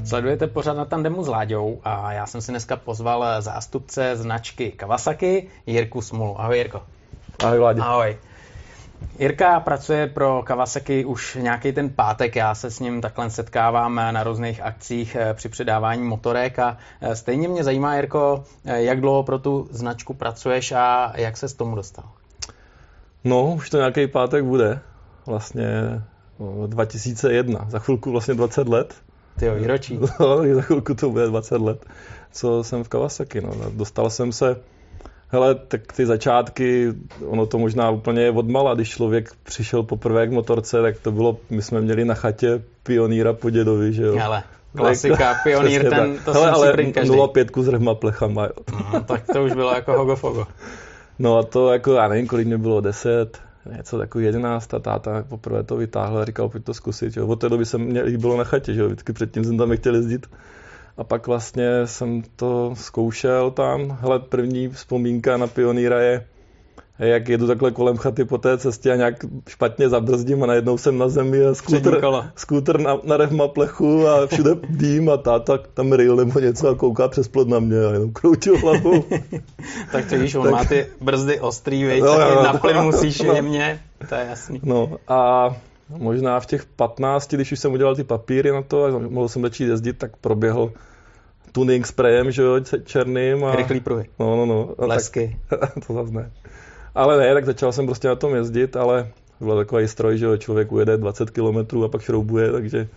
Sledujete pořád Na tandemu s Láďou a já jsem si dneska pozval zástupce značky Kawasaki, Jirku Smulu. Ahoj Jirko. Ahoj Láďo. Ahoj. Jirka pracuje pro Kawasaki už nějaký ten pátek, já se s ním takhle setkávám na různých akcích při předávání motorek a stejně mě zajímá, Jirko, jak dlouho pro tu značku pracuješ a jak ses tomu dostal? No, už to nějaký pátek bude, vlastně 2001, za chvilku vlastně 20 let. Tyjo, výročí. No, za chvilku to bude 20 let, co jsem v Kawasaki, no. Dostal jsem se, hele, tak ty začátky, ono to možná úplně je odmala, když člověk přišel poprvé k motorce, tak to bylo, my jsme měli na chatě Pionýra po dědovi, že jo. Hele, klasika, Pionýr, ten, to hele, jsem si prý každý. 0,5 s rehma plechama, jo. No, tak to už bylo jako hogo-fogo. No a to jako, já nevím, kolik mě bylo, 10, něco takový 11, a táta poprvé to vytáhl a říkal, pojď to zkusit, jo. Od té doby mě líbilo na chatě, že jo, vždycky předtím jsem tam nechtěl jezdit. A pak vlastně jsem to zkoušel tam. Hele, první vzpomínka na Pionýra je, jak jedu takhle kolem chaty po té cestě a nějak špatně zabrzdím a najednou jsem na zemi a skútr na rehma plechu a všude dým a táta tam rýl nebo něco a kouká přes plot na mě a jenom kroutil hlavou. Tak to víš, on má ty brzdy ostrý, veď, no, taky na plyn musíš jemně, to je jasný. No a možná v těch 15, když už jsem udělal ty papíry na to a mohl jsem začít jezdit, tak proběhl tuning sprayem, že jo, černým. A rychlý pruhy. No. Lesky. To zase ne. Ale ne, tak začal jsem prostě na tom jezdit, ale byl takový stroj, že jo, člověk ujede 20 km a pak šroubuje,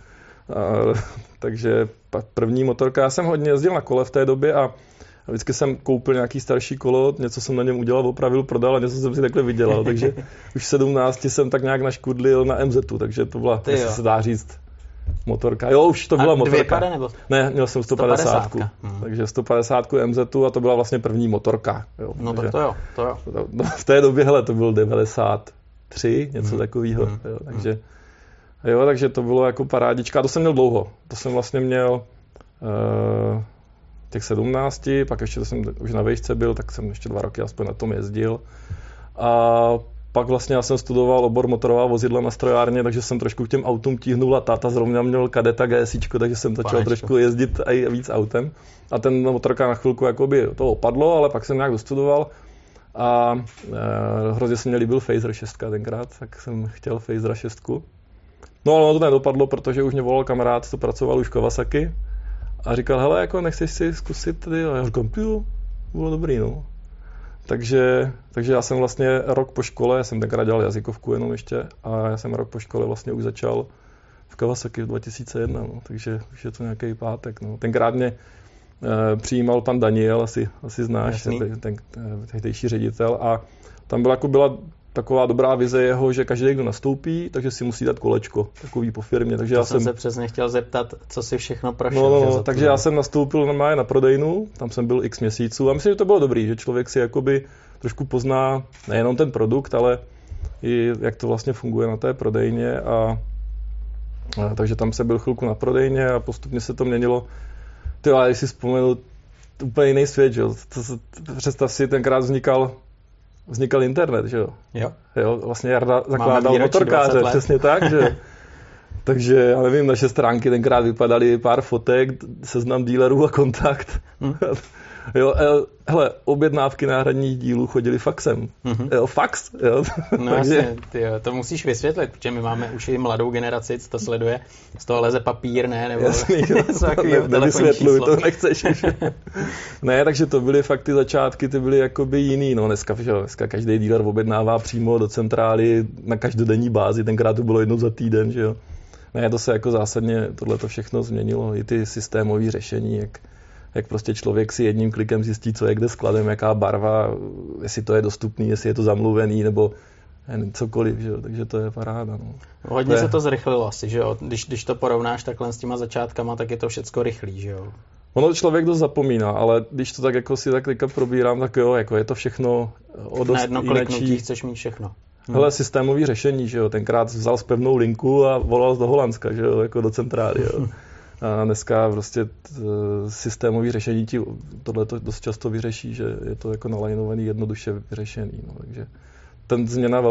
takže první motorka. Já jsem hodně jezdil na kole v té době a vždycky jsem koupil nějaký starší kolo, něco jsem na něm udělal, opravil, prodal a něco jsem si takhle vydělal, takže už v 17 jsem tak nějak naškudlil na MZ-tu, takže to byla, se dá říct, motorka. Jo, už to byla motorka. Pade, nebo? Ne, měl jsem 150. Takže 150 MZ-tu a to byla vlastně první motorka. Jo. No takže, tak to jo. V té době, hele, to byl 93, něco takového. Takže to bylo jako parádička. A to jsem měl dlouho. To jsem vlastně měl těch 17, pak ještě to jsem už na vejšce byl, tak jsem ještě 2 roky aspoň na tom jezdil. A pak vlastně já jsem studoval obor motorová vozidla na strojárně, takže jsem trošku k těm autům tíhnul a táta zrovna měl Kadeta GSIčko, takže jsem začal trošku jezdit i víc autem. A ten motorka na chvilku jakoby to opadlo, ale pak jsem nějak dostudoval a hrozně se mě líbil Phaser 6 tenkrát, tak jsem chtěl Phasera 6. No ale ono to nedopadlo, protože už mě volal kamarád, co pracoval už v Kawasaki a říkal, hele, jako nechceš si zkusit tady? A já říkám, jo, bylo dobrý, no. Takže já jsem vlastně rok po škole, já jsem tenkrát dělal jazykovku jenom ještě, a já jsem rok po škole vlastně už začal v Kawasaki v 2001, no, takže už je to nějaký pátek. No. Tenkrát mě přijímal pan Daniel, asi znáš, ten tehdejší ředitel, a tam byla taková dobrá vize jeho, že každý, kdo nastoupí, takže si musí dát kolečko, takový po firmě. Takže já jsem se přesně chtěl zeptat, co si všechno prošel. No, takže já jsem nastoupil normálně na prodejnu, tam jsem byl x měsíců a myslím, že to bylo dobrý, že člověk si jakoby trošku pozná nejenom ten produkt, ale i jak to vlastně funguje na té prodejně takže tam jsem byl chvilku na prodejně a postupně se to měnilo. Ty, ale když si vzpomenu, úplně jiný svět, že jo. Představ si, tenkrát vznikal internet, že jo? Jo, vlastně Jarda zakládal motorkáře, přesně tak, že. Takže, já nevím, naše stránky tenkrát vypadaly pár fotek, seznam dílerů a kontakt. Jo, hele, objednávky náhradních dílů chodily faxem. Jo, fax, jo. No jasně, tyjo, to musíš vysvětlit, protože my máme už i mladou generaci, co to sleduje, z toho leze papír, ne? Nebo jasný, nevysvětluj, to nechceš. Ne, takže to byly fakt ty začátky, ty byly jakoby jiný, no dneska každý díler objednává přímo do centrály na každodenní bázi, tenkrát to bylo jednou za týden, že jo. Ne, to se jako zásadně tohleto všechno změnilo, i ty systémové řešení, jak prostě člověk si jedním klikem zjistí, co je kde skladem, jaká barva, jestli to je dostupný, jestli je to zamluvený, nebo cokoliv, že jo, takže to je paráda. No. Hodně se to zrychlilo asi, že jo, když to porovnáš takhle s těma začátkama, tak je to všecko rychlý, že jo. Ono člověk dost zapomíná, ale když to tak jako si tak probírám, tak jo, jako je to všechno o dost na jedno kliknutí chceš mít všechno. Hele, systémový řešení, že jo, tenkrát vzal z pevnou linku a volal do Holandska, že jo, jako do centrály, jo. A dneska prostě systémový řešení ti tohleto dost často vyřeší, že je to jako nalajnovaný, jednoduše vyřešený, no, takže změna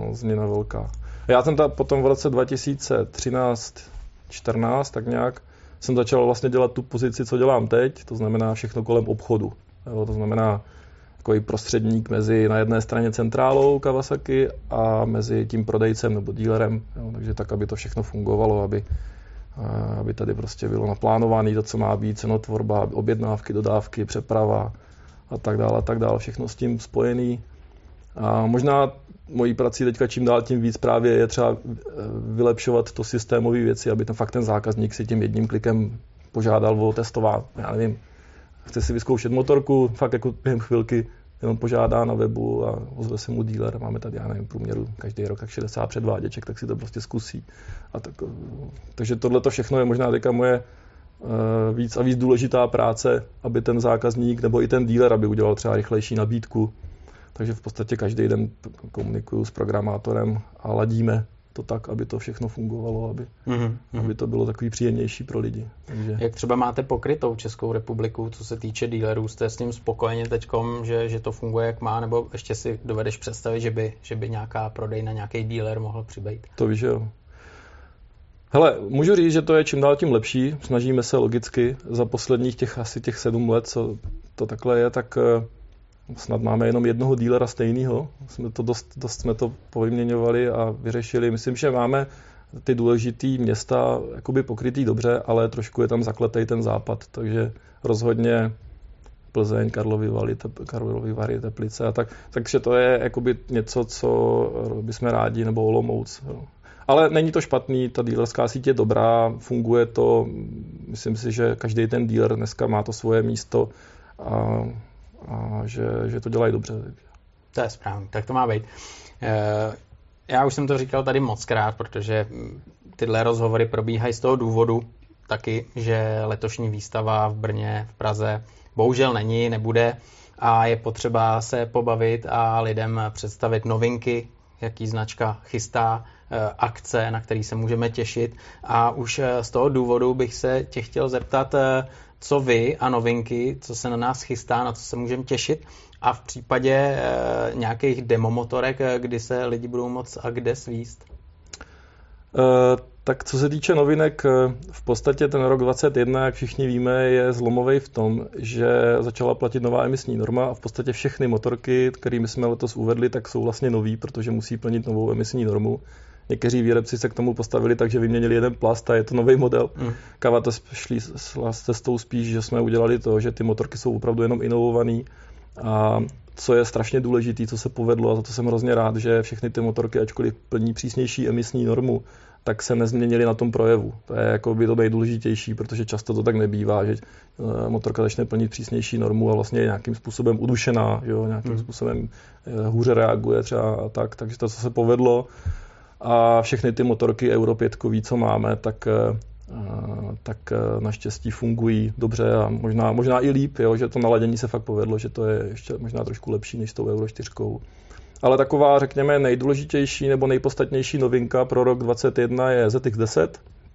velká. Já jsem potom v roce 2013-14 tak nějak jsem začal vlastně dělat tu pozici, co dělám teď, to znamená všechno kolem obchodu. Jo, to znamená takový prostředník mezi na jedné straně centrálou Kawasaki a mezi tím prodejcem nebo dílerem. Jo, takže tak, aby to všechno fungovalo, aby tady prostě bylo naplánované to, co má být, cenotvorba, objednávky, dodávky, přeprava a tak dále, všechno s tím spojený. A možná mojí prací teďka čím dál tím víc právě je třeba vylepšovat to systémové věci, aby ten zákazník si tím jedním klikem požádal o testování. Já nevím, chce si vyzkoušet motorku, fakt jako během chvilky jenom požádá na webu a ozve se mu dealer. Máme tady, já nevím, průměru každý rok tak 60 předváděček, tak si to prostě zkusí. Takže tohle to všechno je možná teďka moje víc a víc důležitá práce, aby ten zákazník nebo i ten dealer, aby udělal třeba rychlejší nabídku. Takže v podstatě každý den komunikuju s programátorem a ladíme to tak, aby to všechno fungovalo, aby to bylo takový příjemnější pro lidi. Takže... Jak třeba máte pokrytou Českou republiku, co se týče dealerů? Jste s tím spokojeni teďkom, že to funguje jak má, nebo ještě si dovedeš představit, že by nějaká prodejna, nějaký dealer mohl přibejt? To víš, jo. Hele, můžu říct, že to je čím dál tím lepší. Snažíme se logicky. Za posledních asi těch 7 let, co to takhle je, tak snad máme jenom jednoho dealera stejného. Dost jsme to povyměňovali a vyřešili. Myslím, že máme ty důležitý města jakoby pokrytý dobře, ale trošku je tam zakletej ten západ. Takže rozhodně Plzeň, Karlovy Vary, Teplice a tak. Takže to je jakoby něco, co bychom rádi, nebo Olomouc. Jo. Ale není to špatný, ta dealerská síť je dobrá, funguje to. Myslím si, že každý ten dealer dneska má to svoje místo a že to dělají dobře. To je správně, tak to má být. Já už jsem to říkal tady mockrát, protože tyhle rozhovory probíhají z toho důvodu taky, že letošní výstava v Brně, v Praze bohužel není, nebude a je potřeba se pobavit a lidem představit novinky, jaký značka chystá, akce, na který se můžeme těšit. A už z toho důvodu bych se tě chtěl zeptat, co vy a novinky, co se na nás chystá, na co se můžeme těšit a v případě nějakých demomotorek, kdy se lidi budou moct a kde svíst? Tak co se týče novinek, v podstatě ten rok 2021, jak všichni víme, je zlomový v tom, že začala platit nová emisní norma a v podstatě všechny motorky, kterými jsme letos uvedli, tak jsou vlastně nový, protože musí plnit novou emisní normu. Někteří výrobci se k tomu postavili tak, že vyměnili jeden plast a je to nový model. Kawata šli s cestou spíš, že jsme udělali to, že ty motorky jsou opravdu jenom inovovaný. A co je strašně důležitý, co se povedlo a za to jsem hrozně rád, že všechny ty motorky, ačkoliv plní přísnější emisní normu, tak se nezměnily na tom projevu. To je jako by to nejdůležitější, protože často to tak nebývá, že motorka začne plnit přísnější normu a vlastně je nějakým způsobem udušená, jo, nějakým způsobem hůře reaguje třeba a tak. Takže to, co se povedlo, a všechny ty motorky Euro 5, co máme, tak naštěstí fungují dobře a možná i líp, jo, že to naladění se fakt povedlo, že to je ještě možná trošku lepší než s tou Euro 4. Ale taková, řekněme, nejdůležitější nebo nejpodstatnější novinka pro rok 2021 je ZX10.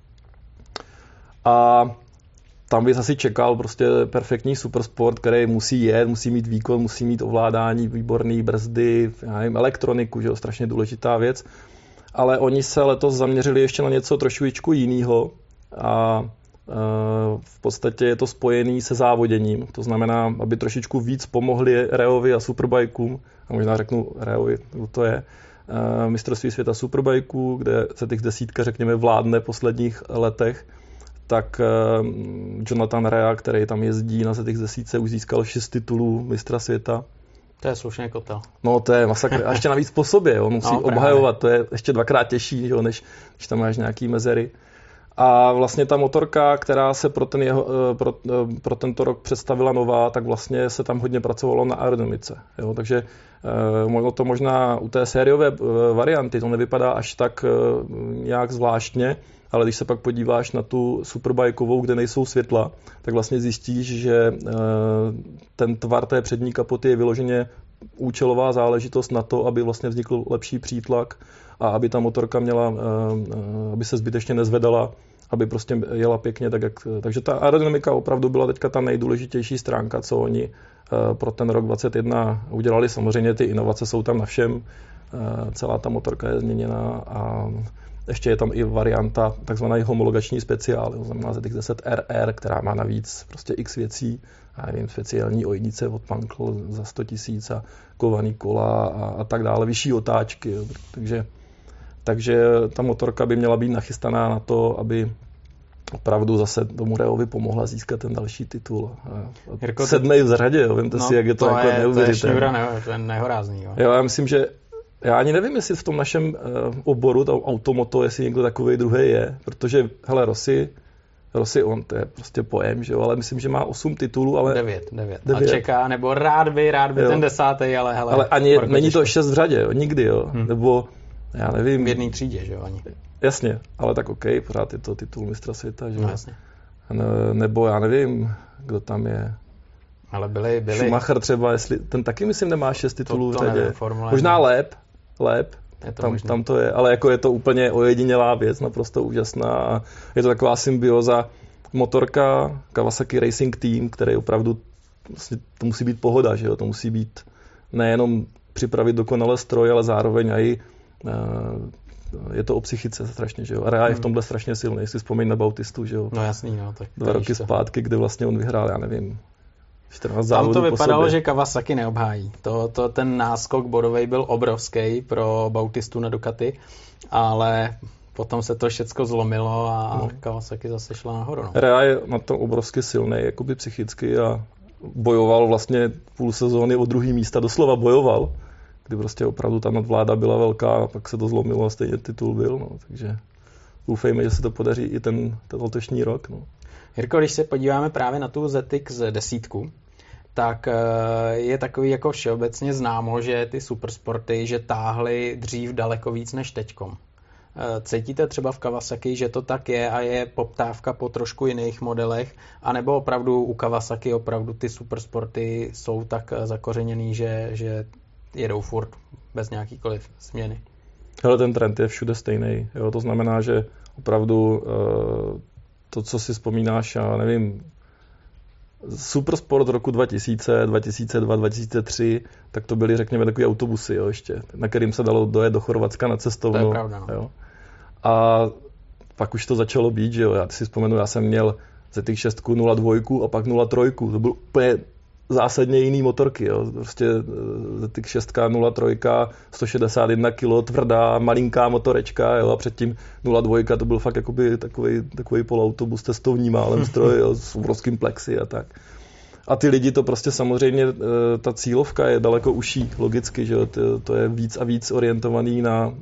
A tam bys asi čekal prostě perfektní supersport, který musí jet, musí mít výkon, musí mít ovládání, výborný brzdy, já nevím, elektroniku, že jo, strašně důležitá věc. Ale oni se letos zaměřili ještě na něco trošičku jiného a v podstatě je to spojený se závoděním. To znamená, aby trošičku víc pomohli Reovi a Superbikeům, a možná řeknu Reovi, to je mistrovství světa Superbikeů, kde se těch 10, řekněme, vládne v posledních letech, tak Jonathan Rea, který tam jezdí na těch 10, už získal 6 titulů mistra světa. To je slušný kotel. No, to je masakr. A ještě navíc po sobě, on musí obhajovat, to je ještě 2krát těžší, jo, než tam máš nějaký mezery. A vlastně ta motorka, která se pro tento rok představila nová, tak vlastně se tam hodně pracovalo na aerodynamice. Jo? Takže to možná u té sériové varianty to nevypadá až tak nějak zvláštně, ale když se pak podíváš na tu superbajkovou, kde nejsou světla, tak vlastně zjistíš, že ten tvar té přední kapoty je vyloženě účelová záležitost na to, aby vlastně vznikl lepší přítlak a aby ta motorka měla, aby se zbytečně nezvedala, aby prostě jela pěkně. Takže ta aerodynamika opravdu byla teďka ta nejdůležitější stránka, co oni pro ten rok 2021 udělali. Samozřejmě ty inovace jsou tam na všem, celá ta motorka je změněná a ještě je tam i varianta takzvaný homologační speciál, to znamená ZX10 RR, která má navíc prostě x věcí, já nevím, speciální ojnice od Pankl za 100 000 a kovaný kola a tak dále, vyšší otáčky. Jo. Takže ta motorka by měla být nachystaná na to, aby opravdu zase tomu Reovi pomohla získat ten další titul. Jirko, 7. v řadě, jo. Vemte si, jak je to jako neuvěřitelné. To je nehorázný. Jo. Jo, já myslím, že já ani nevím, jestli v tom našem oboru, to automoto, jestli někdo takovej druhý je, protože, hele, Rossi, on, to je prostě pojem, že jo, ale myslím, že má 8 titulů, ale... 9. A čeká, nebo rád by jo. Ten 10. ale hele... Ale ani není to 6 v řadě, jo, nikdy, jo, nebo, já nevím... V jedné třídě, že jo, ani. Jasně, ale tak OK, pořád je to titul mistra světa, že jo. No, jasně. Nebo já nevím, kdo tam je... Ale byli... Schumacher třeba, jestli... Ten taky, myslím, nemá 6 titulů v řadě. Nevím, možná Lép, tam to je, ale jako je to úplně ojedinělá věc, naprosto úžasná a je to taková symbioza motorka Kawasaki Racing Team, který opravdu, vlastně, to musí být pohoda, že jo, to musí být nejenom připravit dokonale stroj, ale zároveň i je to o psychice strašně, že jo, a Rea je v tomhle strašně silný, si vzpomeň na Bautistu, že jo. No jasný, no, tak 2 roky zpátky, kde vlastně on vyhrál, já nevím, 14 závodů. Tam to vypadalo, že Kawasaki neobhájí. Ten náskok bodovej byl obrovský pro Bautistu na Ducati, ale potom se to všecko zlomilo a Kawasaki zase šla nahoru. No. Rea je na to obrovsky silný, jakoby psychicky a bojoval vlastně půl sezóny o 2. místa, doslova bojoval, kdy prostě opravdu ta nadvláda byla velká a pak se to zlomilo a stejně titul byl, no, takže doufejme, že se to podaří i ten letošní rok. No. Jirko, když se podíváme právě na tu ZX10, tak je takový jako všeobecně známo, že ty supersporty, že táhly dřív daleko víc než teďkom. Cítíte třeba v Kawasaki, že to tak je a je poptávka po trošku jiných modelech, anebo opravdu u Kawasaki opravdu ty supersporty jsou tak zakořeněný, že jedou furt bez nějakýkoliv změny? Hele, ten trend je všude stejný. Jo? To znamená, že opravdu to, co si vzpomínáš, já nevím, Supersport roku 2000, 2002, 2003, tak to byly, řekněme, takový autobusy, jo, ještě, na kterým se dalo dojet do Chorvatska na cestovnu. To je pravda, no. Jo. A pak už to začalo být, že jo, já si vzpomenu, já jsem měl ZX6 02 a pak 03, to byl úplně zásadně jiný motorky, jo. Prostě ZX6 03, 161 kg, tvrdá, malinká motorečka, jo, a předtím 02 to byl fakt jakoby takový poloautobus cestovní málem stroj, jo, s obrovským plexy a tak. A ty lidi to prostě samozřejmě, ta cílovka je daleko užší, logicky, že jo, to je víc a víc orientovaný na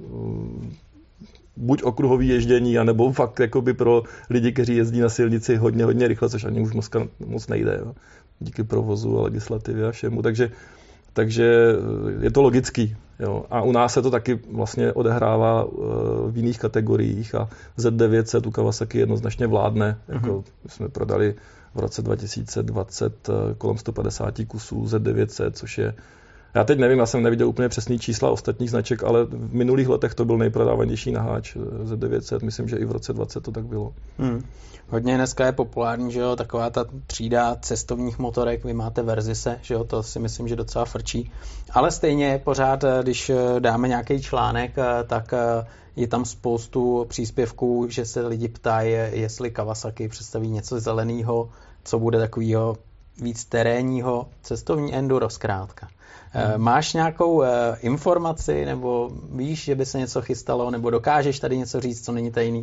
buď okruhový ježdění, anebo fakt jakoby pro lidi, kteří jezdí na silnici hodně rychle, což ani už moc nejde, jo. Díky provozu a legislativě a všemu, takže je to logický. Jo. A u nás se to taky vlastně odehrává v jiných kategoriích a Z900 u Kawasaki jednoznačně vládne. Jako my jsme prodali v roce 2020 kolem 150 kusů Z900, což je, já teď nevím, já jsem neviděl úplně přesný čísla ostatních značek, ale v minulých letech to byl nejprodávanější naháč Z900, myslím, že i v roce 20 to tak bylo. Hodně dneska je populární, že jo, taková ta třída cestovních motorek, vy máte Verzise, že jo, to si myslím, že docela frčí. Ale stejně pořád, když dáme nějaký článek, tak je tam spoustu příspěvků, že se lidi ptají, jestli Kawasaki představí něco zeleného, co bude takového víc terénního, cestovní enduro zkrátka. Máš nějakou informaci, nebo víš, že by se něco chystalo, nebo dokážeš tady něco říct, co není tajný?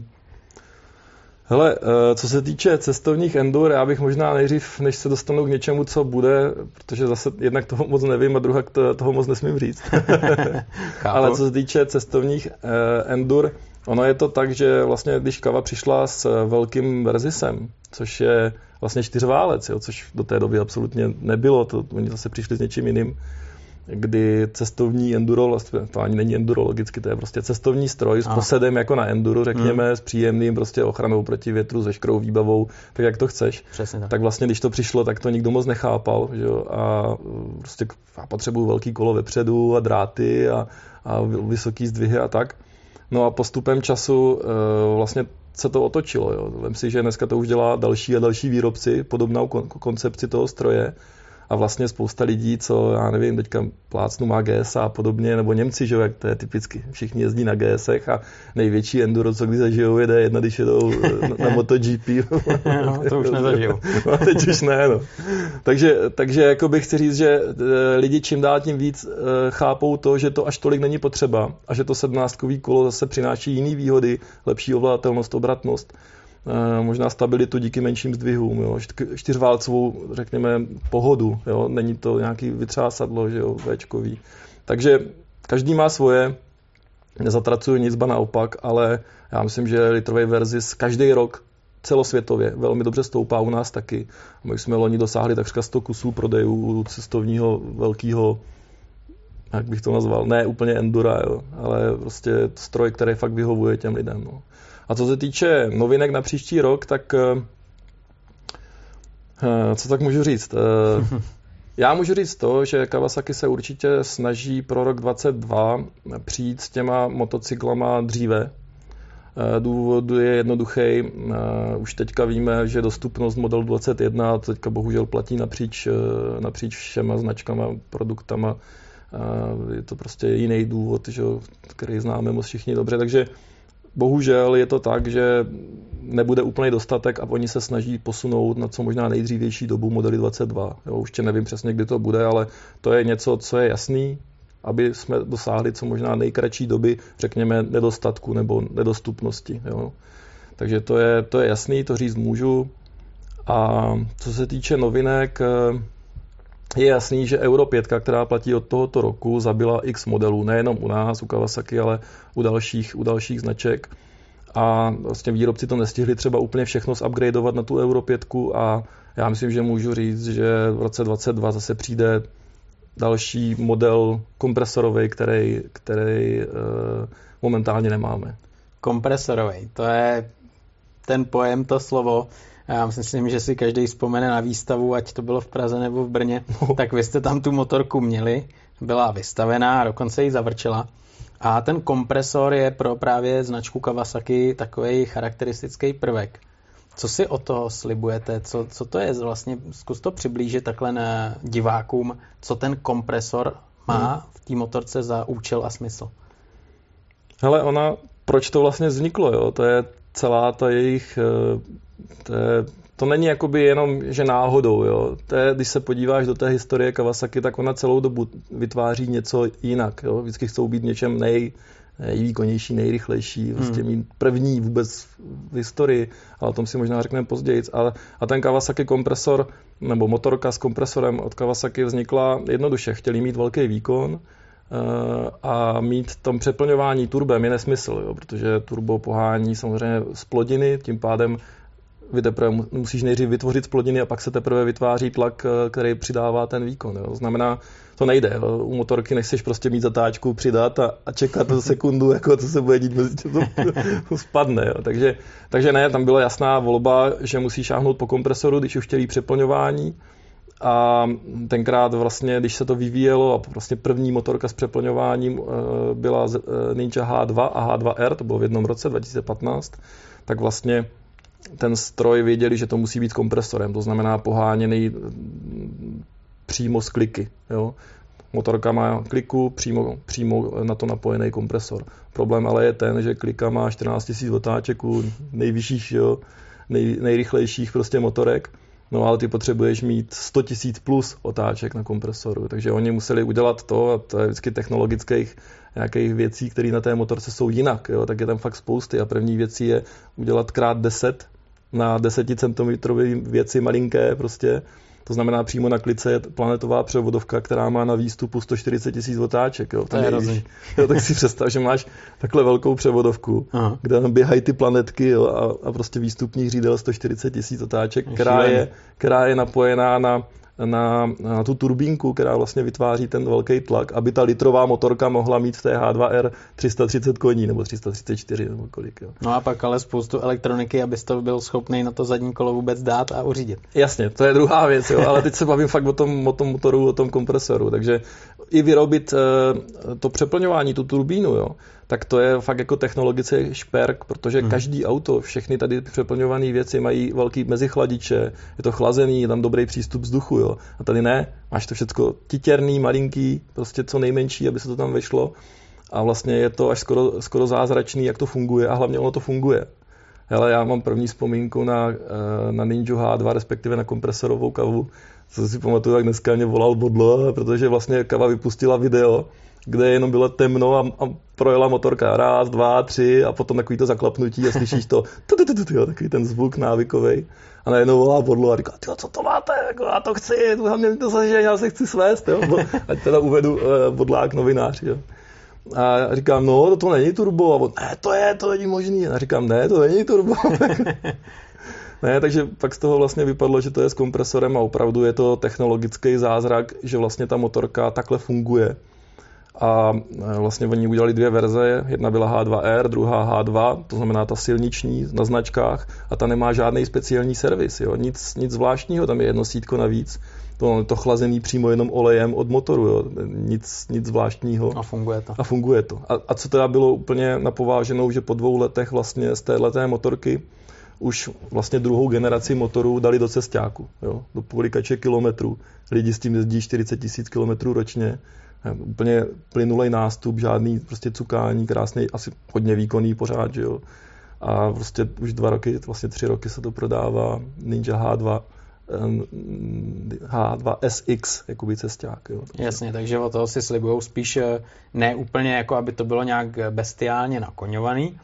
Hele, co se týče cestovních endur, já bych možná nejdřív, než se dostanu k něčemu, co bude, protože zase jednak toho moc nevím a druhá toho moc nesmím říct. Ale co se týče cestovních endur, ono je to tak, že vlastně když Kawa přišla s velkým Verzisem, což je vlastně 4válec, jo, což do té doby absolutně nebylo, oni zase přišli s něčím jiným, kdy cestovní enduro, vlastně to ani není enduro logicky, to je prostě cestovní stroj s posedem jako na enduro, řekněme, s příjemným prostě ochranou proti větru, s veškerou výbavou, tak jak to chceš. Přesně tak. Tak vlastně, když to přišlo, tak to nikdo moc nechápal, že jo, a prostě já potřebuju velký kolo vepředu a dráty a vysoký zdvihy a tak. No a postupem času vlastně se to otočilo, jo. Vem si, že dneska to už dělá další a další výrobci, podobnou koncepci toho stroje. A vlastně spousta lidí, co, já nevím, teďka plácnu má GSA a podobně, nebo Němci, že jo, jak to je typicky, všichni jezdí na GSech a největší enduro, co kdy zažijou, je D1, když jedou na MotoGP. No, to už nezažijou. No, teď už ne, no. Takže jako bych chci říct, že lidi čím dál tím víc chápou to, že to až tolik není potřeba a že to 17kový kolo zase přináší jiný výhody, lepší ovladatelnost, obratnost, možná stabilitu díky menším zdvihům, jo, čtyřválcovou, řekněme, pohodu, jo, není to nějaký vytřásadlo, že jo, véčkový. Takže každý má svoje, nezatracuju nic, ba naopak, ale já myslím, že litrový Versys každý rok celosvětově velmi dobře stoupá, u nás taky. My jsme loni dosáhli takřka 100 kusů prodejů cestovního velkého, jak bych to nazval, ne úplně endura, jo, ale prostě stroj, který fakt vyhovuje těm lidem. No. A co se týče novinek na příští rok, tak co tak můžu říct? Já můžu říct to, že Kawasaki se určitě snaží pro rok 2022 přijít s těma motocyklama dříve. Důvod je jednoduchý. Už teďka víme, že dostupnost modelu 21 teďka bohužel platí napříč všema značkama, produktama. Je to prostě jiný důvod, že, který známe moc všichni dobře. Takže bohužel je to tak, že nebude úplný dostatek a oni se snaží posunout na co možná nejdřívější dobu modely 22. Jo, už nevím přesně, kdy to bude, ale to je něco, co je jasný, aby jsme dosáhli co možná nejkratší doby, řekněme, nedostatku nebo nedostupnosti. Jo. Takže to je jasný, to říct můžu. A co se týče novinek, je jasný, že Euro 5, která platí od tohoto roku, zabila x modelů, nejenom u nás, u Kawasaki, ale u dalších značek. A vlastně výrobci to nestihli třeba úplně všechno zupgradeovat na tu Euro 5 a já myslím, že můžu říct, že v roce 2022 zase přijde další model kompresorový, který momentálně nemáme. Kompresorový, to je ten pojem, to slovo. Já myslím, že si každý vzpomene na výstavu, ať to bylo v Praze nebo v Brně, tak vy jste tam tu motorku měli, byla vystavená a dokonce ji zavrčela. A ten kompresor je pro právě značku Kawasaki takový charakteristický prvek. Co si o toho slibujete? Co to je vlastně? Zkus to přiblížit takhle na divákům, co ten kompresor má v té motorce za účel a smysl. Hele, proč to vlastně vzniklo? Jo? To je celá ta jejich... To není jakoby jenom, že náhodou. Jo? Když se podíváš do té historie Kawasaki, tak ona celou dobu vytváří něco jinak. Jo? Vždycky chcou být něčem nejvýkonnější, nejrychlejší, vlastně mít první vůbec v historii, ale o tom si možná řekneme později. A ten Kawasaki kompresor, nebo motorka s kompresorem od Kawasaki vznikla jednoduše. Chtěli mít velký výkon a mít tam přeplňování turbem je nesmysl, jo? Protože turbo pohání samozřejmě z plodiny, tím pádem teprve musíš nejdřív vytvořit splodiny a pak se teprve vytváří tlak, který přidává ten výkon. Jo. Znamená, to nejde. Jo. U motorky nechceš prostě mít zatáčku, přidat a čekat sekundu, jako co se bude dít, mezi tím to spadne. Jo. Takže ne, tam byla jasná volba, že musí šáhnout po kompresoru, když už chtěli přeplňování. A tenkrát vlastně, když se to vyvíjelo a vlastně první motorka s přeplňováním byla Ninja H2 a H2R, to bylo v jednom roce, 2015, tak vlastně ten stroj věděli, že to musí být kompresorem, to znamená poháněný přímo z kliky. Jo. Motorka má kliku, přímo na to napojený kompresor. Problém ale je ten, že klika má 14 000 otáček u nejvyšších, jo, nejrychlejších prostě motorek, no ale ty potřebuješ mít 100 000 plus otáček na kompresoru, takže oni museli udělat to, a to je vždycky technologických nějakých věcí, které na té motorce jsou jinak, jo, tak je tam fakt spousty a první věcí je udělat krát 10 na 10 cm věci malinké prostě. To znamená přímo na klice je planetová převodovka, která má na výstupu 140 000 otáček. Jo, to je hrozný. Tak si představ, že máš takhle velkou převodovku, kde tam běhají ty planetky, jo, a prostě výstupní hřídel 140 000 otáček, která je napojená na tu turbínku, která vlastně vytváří ten velký tlak, aby ta litrová motorka mohla mít v té H2R 330 koní, nebo 334, nebo kolik. Jo. No a pak ale spoustu elektroniky, abys to byl schopný na to zadní kolo vůbec dát a uřídit. Jasně, to je druhá věc, jo, ale teď se bavím fakt o tom motoru, o tom kompresoru, takže i vyrobit to přeplňování, tu turbínu, jo, tak to je fakt jako technologický šperk, protože každý auto, všechny tady přeplňované věci mají velký mezichladiče, je to chlazený, je tam dobrý přístup vzduchu, jo. A tady ne, máš to všecko titěrný, malinký, prostě co nejmenší, aby se to tam vešlo. A vlastně je to až skoro zázračný, jak to funguje a hlavně ono to funguje. Hele, já mám první vzpomínku na Ninja H2, respektive na kompresorovou kavu, co si pamatuju, jak dneska mě volal Bodlo, protože vlastně kava vypustila video, kde jenom bylo temno a projela motorka. 1, 2, 3 a potom takový to zaklapnutí a slyšíš to takový ten zvuk návykovej. A najednou volá Bodlo a říká, co to máte, jako, já to chci, mě to zažije, já se chci svést, jo. Ať teda uvedu Bodlák novinář, jo. A říkám, no, to není turbo. A on, ne, to není možný. A říkám, ne, to není turbo. Ne, takže pak z toho vlastně vypadlo, že to je s kompresorem a opravdu je to technologický zázrak, že vlastně ta motorka takhle funguje. A vlastně oni udělali 2 verze, jedna byla H2R, druhá H2, to znamená ta silniční na značkách a ta nemá žádný speciální servis, jo, nic zvláštního, tam je jedno sítko navíc. To chlazený přímo jenom olejem od motoru, jo. Nic zvláštního. A funguje to. A co teda bylo úplně napováženou, že po 2 letech vlastně z téhleté motorky už vlastně druhou generaci motorů dali do cestáku, jo, do polikače kilometrů. Lidi s tím jezdí 40 000 kilometrů ročně. Úplně plynulej nástup, žádný prostě cukání, krásný, asi hodně výkonný pořád, že jo. A prostě už 2 roky, vlastně 3 roky se to prodává Ninja H2 SX, jakoby cesták. Jo. Jasně, takže od toho si slibujou spíš ne úplně jako, aby to bylo nějak bestiálně nakoňovaný,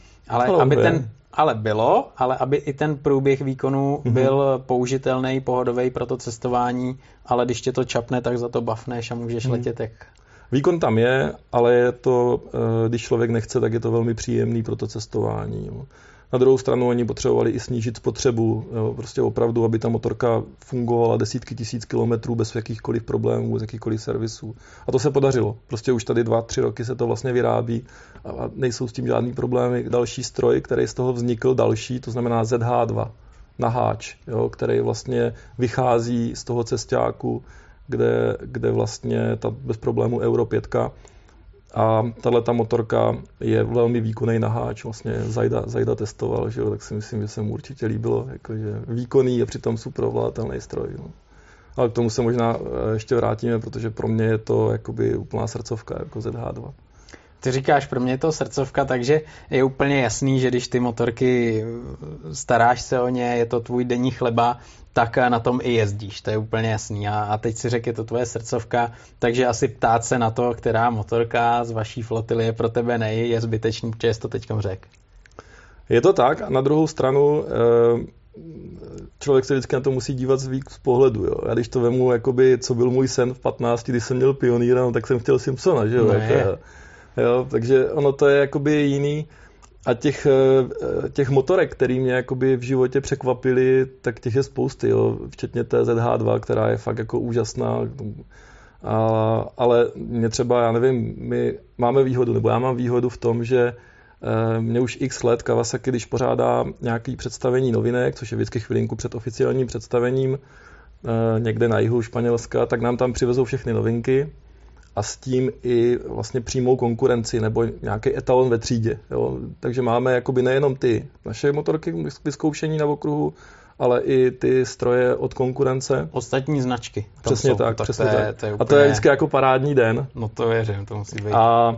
ale aby i ten průběh výkonu byl použitelný, pohodový pro to cestování, ale když tě to čapne, tak za to bafneš a můžeš letět jak... Výkon tam je, ale je to, když člověk nechce, tak je to velmi příjemný pro to cestování. Jo. Na druhou stranu oni potřebovali i snížit spotřebu, jo, prostě opravdu, aby ta motorka fungovala desítky tisíc kilometrů bez jakýchkoliv problémů, bez jakýchkoliv servisů. A to se podařilo. Prostě už tady 2-3 roky se to vlastně vyrábí a nejsou s tím žádný problémy. Další stroj, který z toho vznikl, to znamená ZH2 na háč, jo, který vlastně vychází z toho cestáku, kde vlastně ta bez problému Euro 5. A tato motorka je velmi výkonný na háč, vlastně Zajda testoval, že jo, tak si myslím, že se mu určitě líbilo, jakože výkonný a přitom super ovladatelný stroj. No. Ale k tomu se možná ještě vrátíme, protože pro mě je to jakoby úplná srdcovka, jako ZH2. Ty říkáš, pro mě je to srdcovka, takže je úplně jasný, že když ty motorky staráš se o ně, je to tvůj denní chleba, tak na tom i jezdíš, to je úplně jasný. A teď si řekl, je to tvoje srdcovka, takže asi ptát se na to, která motorka z vaší flotily je pro tebe je zbytečný, protože jsi to teďkom řekl. Je to tak a na druhou stranu člověk se vždycky na to musí dívat z pohledu. Jo. Já když to vemu, jakoby, co byl můj sen v 15, když jsem měl Pionýra, no, tak jsem chtěl Simpsona, že jo. Jo, takže ono to je jakoby jiný. A těch motorek, které mě jakoby v životě překvapily, tak těch je spousty, jo. Včetně té ZH2, která je fakt jako úžasná. Ale mě třeba, já nevím, my máme výhodu, nebo já mám výhodu v tom, že mě už x let Kawasaki, když pořádá nějaké představení novinek, což je vždycky chvilinku před oficiálním představením, někde na jihu Španělska, tak nám tam přivezou všechny novinky. A s tím i vlastně přímou konkurenci nebo nějaký etalon ve třídě. Jo? Takže máme jakoby nejenom ty naše motorky k vyzkoušení na okruhu, ale i ty stroje od konkurence. Ostatní značky. Přesně tak, přesně tak. To je úplně... A to je vždycky jako parádní den. No to věřím, to musí být. A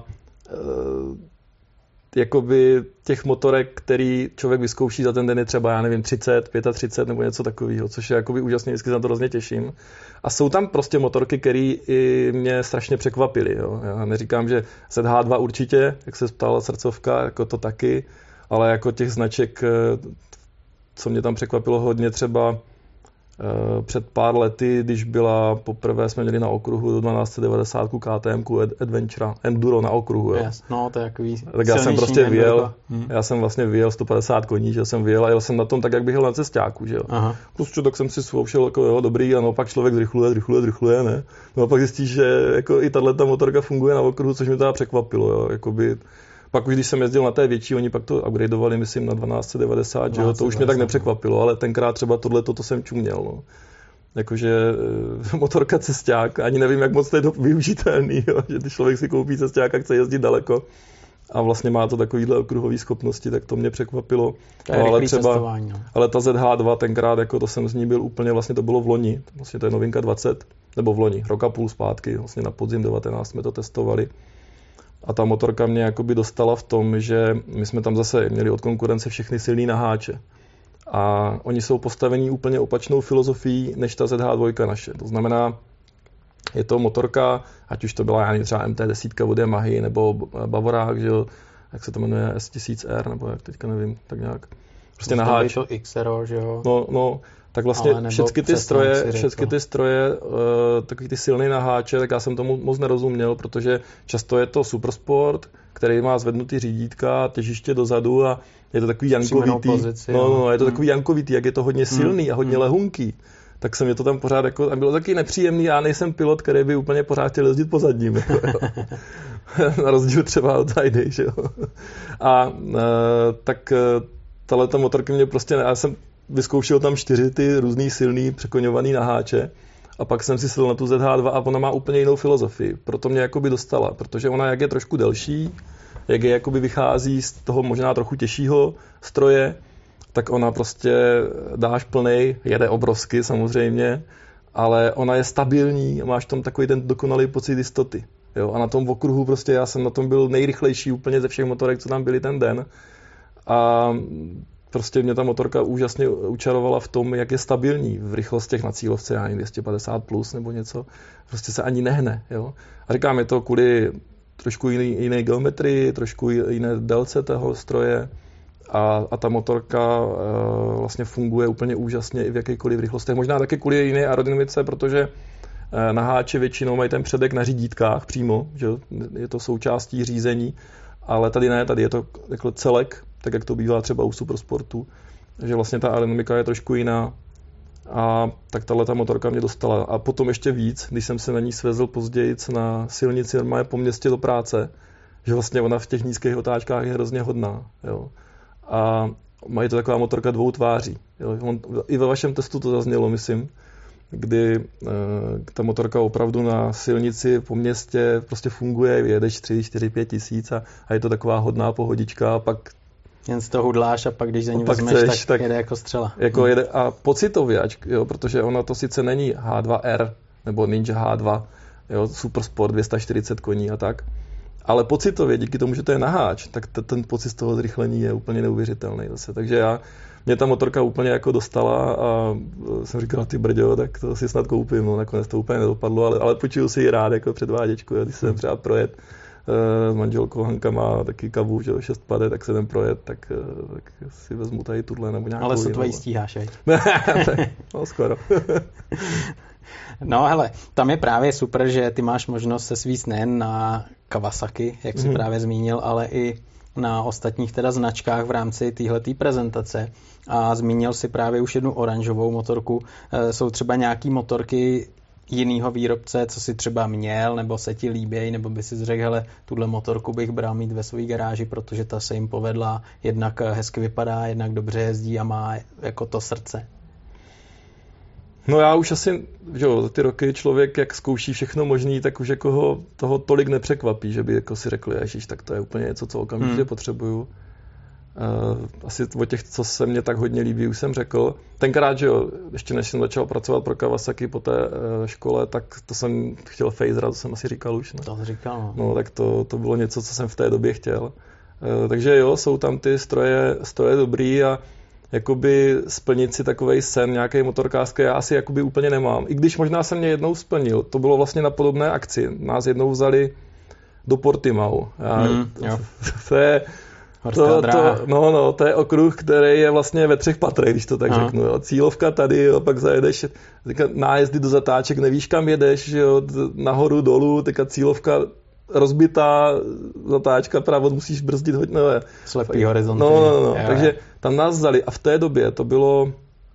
jakoby těch motorek, který člověk vyzkouší za ten den je třeba, já nevím, 30, 35 nebo něco takového, což je jakoby úžasně, vždycky se na to hrozně těším. A jsou tam prostě motorky, které i mě strašně překvapily. Jo. Já neříkám, že ZH2 určitě, jak se ptala srdcovka, jako to taky, ale jako těch značek, co mě tam překvapilo hodně, třeba před pár lety, když byla poprvé, jsme měli na okruhu do 1290 KTM Adventure Enduro na okruhu. Jo. Yes, no, to je takový tak já jsem prostě vyjel, já jsem vlastně vyjel 150 koní, že jsem vyjel a jel jsem na tom tak, jak bych jel na cestáku, že jo. Prostě tak jsem si zkoušel jako jo, dobrý, a no, pak člověk zrychluje, ne. No a pak zjistíš, že jako i tato motorka funguje na okruhu, což mě teda překvapilo, jo, jakoby. Pak už když jsem jezdil na té větší, oni pak to upgradeovali, myslím, na 1290, že jo, to už mě tak nepřekvapilo, ale tenkrát třeba to jsem čuměl, no. Jakože motorka cesták, ani nevím, jak moc to je využitelný, jo, že když člověk si koupí cesták a chce jezdit daleko, a vlastně má to takovýhle okruhový schopnosti, tak to mě překvapilo. To je rychlý cestování. No. Ale ta ZH2 tenkrát, jako to jsem z ní byl úplně, vlastně to bylo v loni, vlastně to je novinka 20, nebo v loni, rok a půl zpátky, vlastně na podzim 19 jsme to testovali. A ta motorka mě jakoby dostala v tom, že my jsme tam zase měli od konkurence všechny silný naháče. A oni jsou postavení úplně opačnou filozofií než ta ZH2 naše. To znamená, je to motorka, ať už to byla třeba MT-10 od Yamahy nebo Bavorák, že jo, jak se to jmenuje, S1000R, nebo jak teďka nevím, tak nějak. Prostě naháč. To XRO, že jo? No, tak vlastně všechny ty stroje, takový ty silný naháče, tak já jsem tomu moc nerozuměl, protože často je to supersport, který má zvednutý řídítka, těžiště dozadu a je to takový jankovitý. Je to takový jankovitý, jak je to hodně silný a hodně lehunký. Tak se mě to tam pořád jako, a bylo taky nepříjemný, já nejsem pilot, který by úplně pořád chtěl jezdit po zadním. Na rozdíl třeba od Heidi, že jo. Tak tato motorka mě prostě, já jsem vyzkoušel tam 4 ty různý silný překoňovaný naháče a pak jsem si sedl na tu ZH2 a ona má úplně jinou filozofii. Proto mě jakoby dostala, protože ona jak je trošku delší, jak je jakoby vychází z toho možná trochu těžšího stroje, tak ona prostě dáš plnej, jede obrovsky samozřejmě, ale ona je stabilní a máš tam takový ten dokonalý pocit jistoty. Jo? A na tom okruhu prostě já jsem na tom byl nejrychlejší úplně ze všech motorek, co tam byly ten den. A prostě mě ta motorka úžasně učarovala v tom, jak je stabilní v rychlostech na cílovce, já nevím, 250 plus nebo něco. Prostě se ani nehne. Jo? A říkám, je to kvůli trošku jiné geometrii, trošku jiné délce toho stroje. A ta motorka vlastně funguje úplně úžasně i v jakýchkoliv rychlostech. Možná taky kvůli jiné aerodynamice, protože naháče většinou mají ten předek na řídítkách přímo, že je to součástí řízení, ale tady ne, tady je to jako celek, tak jak to bývá třeba u supersportu, že vlastně ta aerodynamika je trošku jiná. A tak tahle ta motorka mě dostala. A potom ještě víc, když jsem se na ní svezl později na silnici normálně po městě do práce, že vlastně ona v těch nízkých otáčkách je hrozně hodná. Jo. A je to taková motorka 2 tváří. Jo. I ve vašem testu to zaznělo, myslím, kdy ta motorka opravdu na silnici po městě prostě funguje, jedeš 3, 4, 5 tisíc a je to taková hodná pohodička a pak jen z toho hudláš a pak když za ní vezmeš, tak jede jako střela. Jako jede a pocitově, jo, protože ono to sice není H2R nebo Ninja H2, jo, Supersport 240 koní a tak, ale pocitově, díky tomu, že to je naháč, tak ten pocit z toho zrychlení je úplně neuvěřitelný zase. Takže mě ta motorka úplně jako dostala a jsem říkal, ty brďo, tak to si snad koupím, no nakonec to úplně nedopadlo, ale počuju si ji rád jako předváděčku, když jsem třeba projet s manželkou Hanka má taky kavu, že 6 pade, tak se jdem projet, tak si vezmu tady tuhle nebo nějakou. Ale sotva jí stíháš, veď? No skoro. No hele, tam je právě super, že ty máš možnost se svíst nejen na Kawasaki, jak jsi právě zmínil, ale i na ostatních teda značkách v rámci téhletý prezentace. A zmínil si právě už jednu oranžovou motorku. Jsou třeba nějaký motorky jinýho výrobce, co si třeba měl, nebo se ti líbí, nebo by si řekl, hele, tuhle motorku bych bral mít ve své garáži, protože ta se jim povedla, jednak hezky vypadá, jednak dobře jezdí a má jako to srdce. No já už asi, že jo, za ty roky člověk, jak zkouší všechno možný, tak už jako toho tolik nepřekvapí, že by jako si řekl, ježiš, tak to je úplně něco, co okamžitě potřebuju. Asi o těch, co se mně tak hodně líbí, už jsem řekl. Tenkrát, že jo, ještě než jsem začal pracovat pro Kawasaki po té škole, tak to jsem chtěl Phasera, to jsem asi říkal už. Ne? To říkal. No, tak to bylo něco, co jsem v té době chtěl. Takže jo, jsou tam ty stroje dobrý a jakoby splnit si takovej sen, nějaký motorkářský, já asi jakoby úplně nemám. I když možná jsem mě jednou splnil, to bylo vlastně na podobné akci. Nás jednou vzali do Portimao. To je to je okruh, který je vlastně ve 3 patrech, když to tak řeknu. Jo. Cílovka tady, jo, pak zajedeš nájezdy do zatáček, nevíš kam jedeš, jo, nahoru, dolů, teďka cílovka rozbitá, zatáčka pravo, musíš brzdit hodně. Slepý horizont. No. Takže tam nás vzali a v té době to bylo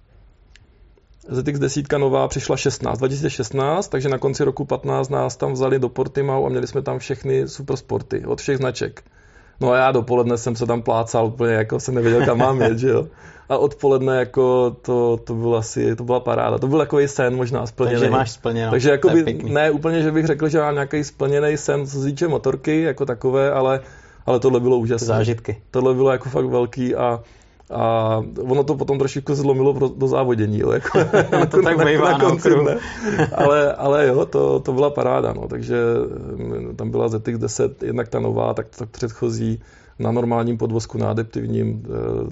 ZX10 nová přišla 2016, takže na konci roku 15 nás tam vzali do Portimao a měli jsme tam všechny supersporty od všech značek. No a já dopoledne jsem se tam plácal úplně, jako jsem nevěděl, kam mám jet, že jo. A odpoledne jako to byla paráda. To byl takový sen možná splněný. Takže máš splněno. Takže jakoby, ne úplně, že bych řekl, že mám nějaký splněný sen, co se týče motorky jako takové, ale ale tohle bylo úžasné. Zážitky. Tohle bylo jako fakt velký a ono to potom trošičku zlomilo do závodění, jo, jako to tak bývá na okruhu. Ale jo, to byla paráda, no, takže tam byla ZX10, jednak ta nová, tak předchozí, na normálním podvozku, na adaptivním,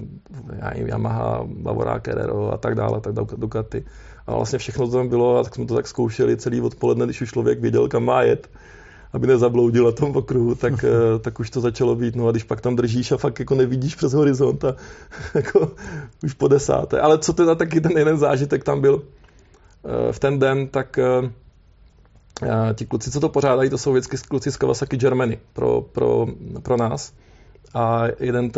Yamaha, Bavorág, Carrera a tak dále, tak Ducati. A vlastně všechno to tam bylo a tak jsme to tak zkoušeli celý odpoledne, když už člověk věděl, kam má jet, aby nezabloudil na tom okruhu, tak už to začalo být. No a když pak tam držíš a fakt jako nevidíš přes horizont a jako už po 10. Ale co teda taky ten jeden zážitek tam byl v ten den, tak ti kluci, co to pořádají, to jsou vždycky kluci z Kawasaki Germany pro nás. A jeden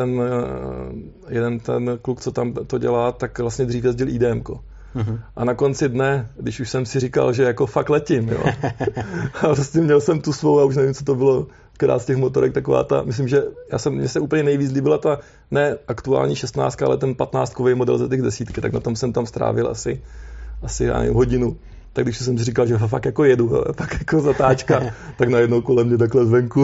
ten kluk, co tam to dělá, tak vlastně dřív jezdil IDMko. A na konci dne, když už jsem si říkal, že jako fakt letím, jo. A prostě měl jsem tu svou, a už nevím, co to bylo, která z těch motorek, taková ta, myslím, že mně se úplně nejvíc líbila ta, ne aktuální 16, ale ten 15kový model ZX10, tak na tom jsem tam strávil asi já nevím, hodinu. Tak když jsem si říkal, že fakt jako jedu, fakt jako zatáčka, tak najednou kolem mě takhle zvenku.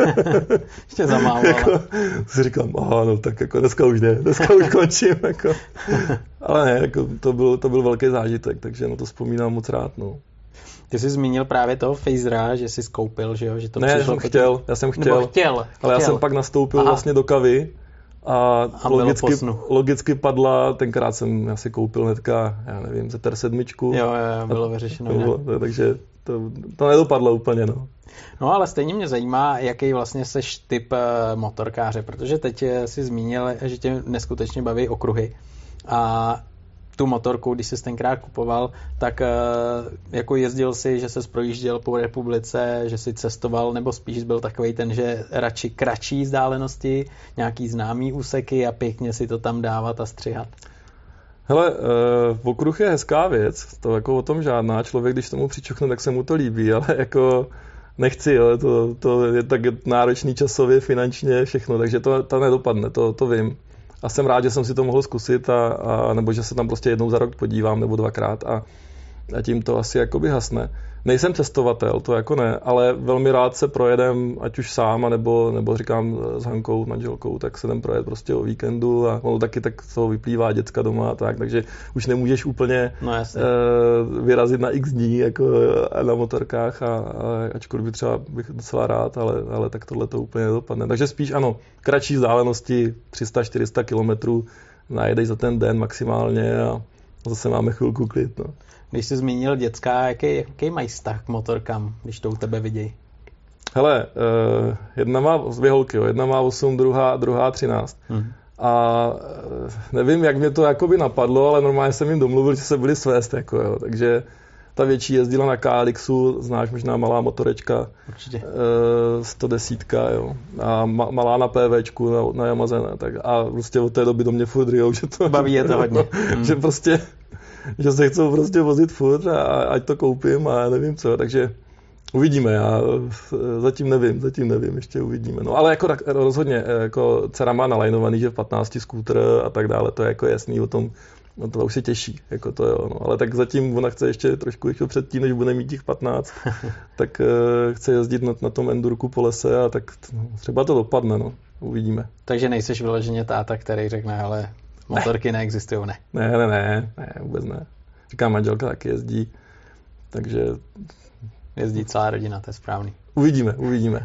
Ještě zamával. Jako, si říkám, no tak jako dneska už končím. Jako. Ale ne, jako, to byl velký zážitek, takže na to vzpomínám moc rád. No. Ty jsi zmínil právě toho Phasera, že jsi skoupil, že jo? Že to ne, já jsem chtěl. Ale já jsem pak nastoupil vlastně do Kavy. A logicky padla, tenkrát jsem asi koupil hnedka, já nevím, ZR7. Jo, bylo vyřešeno. Takže to nedopadlo úplně, no. No ale stejně mě zajímá, jaký vlastně seš typ motorkáře, protože teď si zmínil, že tě neskutečně baví okruhy. A tu motorku, když jsi tenkrát kupoval, tak jako jezdil si, že ses projížděl po republice, že si cestoval, nebo spíš byl takovej ten, že radši kratší vzdálenosti, nějaký známý úseky a pěkně si to tam dávat a střihat? Hele, okruh je hezká věc, to jako o tom žádná, člověk, když tomu přičuchne, tak se mu to líbí, ale jako nechci, jo, to je tak náročný časově, finančně, všechno, takže to nedopadne, to vím. A jsem rád, že jsem si to mohl zkusit, nebo že se tam prostě jednou za rok podívám, nebo dvakrát a tím to asi jakoby hasne. Nejsem cestovatel, to jako ne, ale velmi rád se projedem, ať už sám, nebo říkám s Hankou, manželkou, tak se jdem projet prostě o víkendu a ono taky tak toho vyplývá děcka doma a tak, takže už nemůžeš úplně vyrazit na x dní jako na motorkách, ačkoliv by třeba bych docela rád, ale tak tohle to úplně nedopadne. Takže spíš ano, kratší vzdálenosti, 300-400 kilometrů najedeš za ten den maximálně a zase máme chvilku klid. No. Když jsi zmínil děcka, jaký mají vztah k motorkám, když to u tebe vidějí? Hele, jedna má 2 holky, jedna má 8, druhá 13. A nevím, jak mě to jakoby napadlo, ale normálně jsem jim domluvil, že se byli svést. Jako, jo. Takže ta větší jezdila na KLXu, znáš možná malá motorečka. Určitě. 110, jo. A malá na PVčku, na Yamaze. Tak. A prostě od té doby do mě furt ryjou, že to... Baví je to hodně. Že prostě... že se chcou prostě vozit furt a ať to koupím a nevím co, takže uvidíme, já zatím nevím, ještě uvidíme. No ale jako rozhodně, jako dcera má nalajnovaný, že v 15 skútr a tak dále, to je jako jasný, o tom, no to už se těší, jako to jo, no. Ale tak zatím ona chce ještě trošku předtím, než bude mít těch 15, tak chce jezdit na tom endurku po lese a tak třeba to dopadne, no, uvidíme. Takže nejseš vyloženě táta, který řekne, ale motorky neexistují, ne? Ne, vůbec ne. Říkám, manželka taky jezdí, takže... Jezdí celá rodina, to je správný. Uvidíme.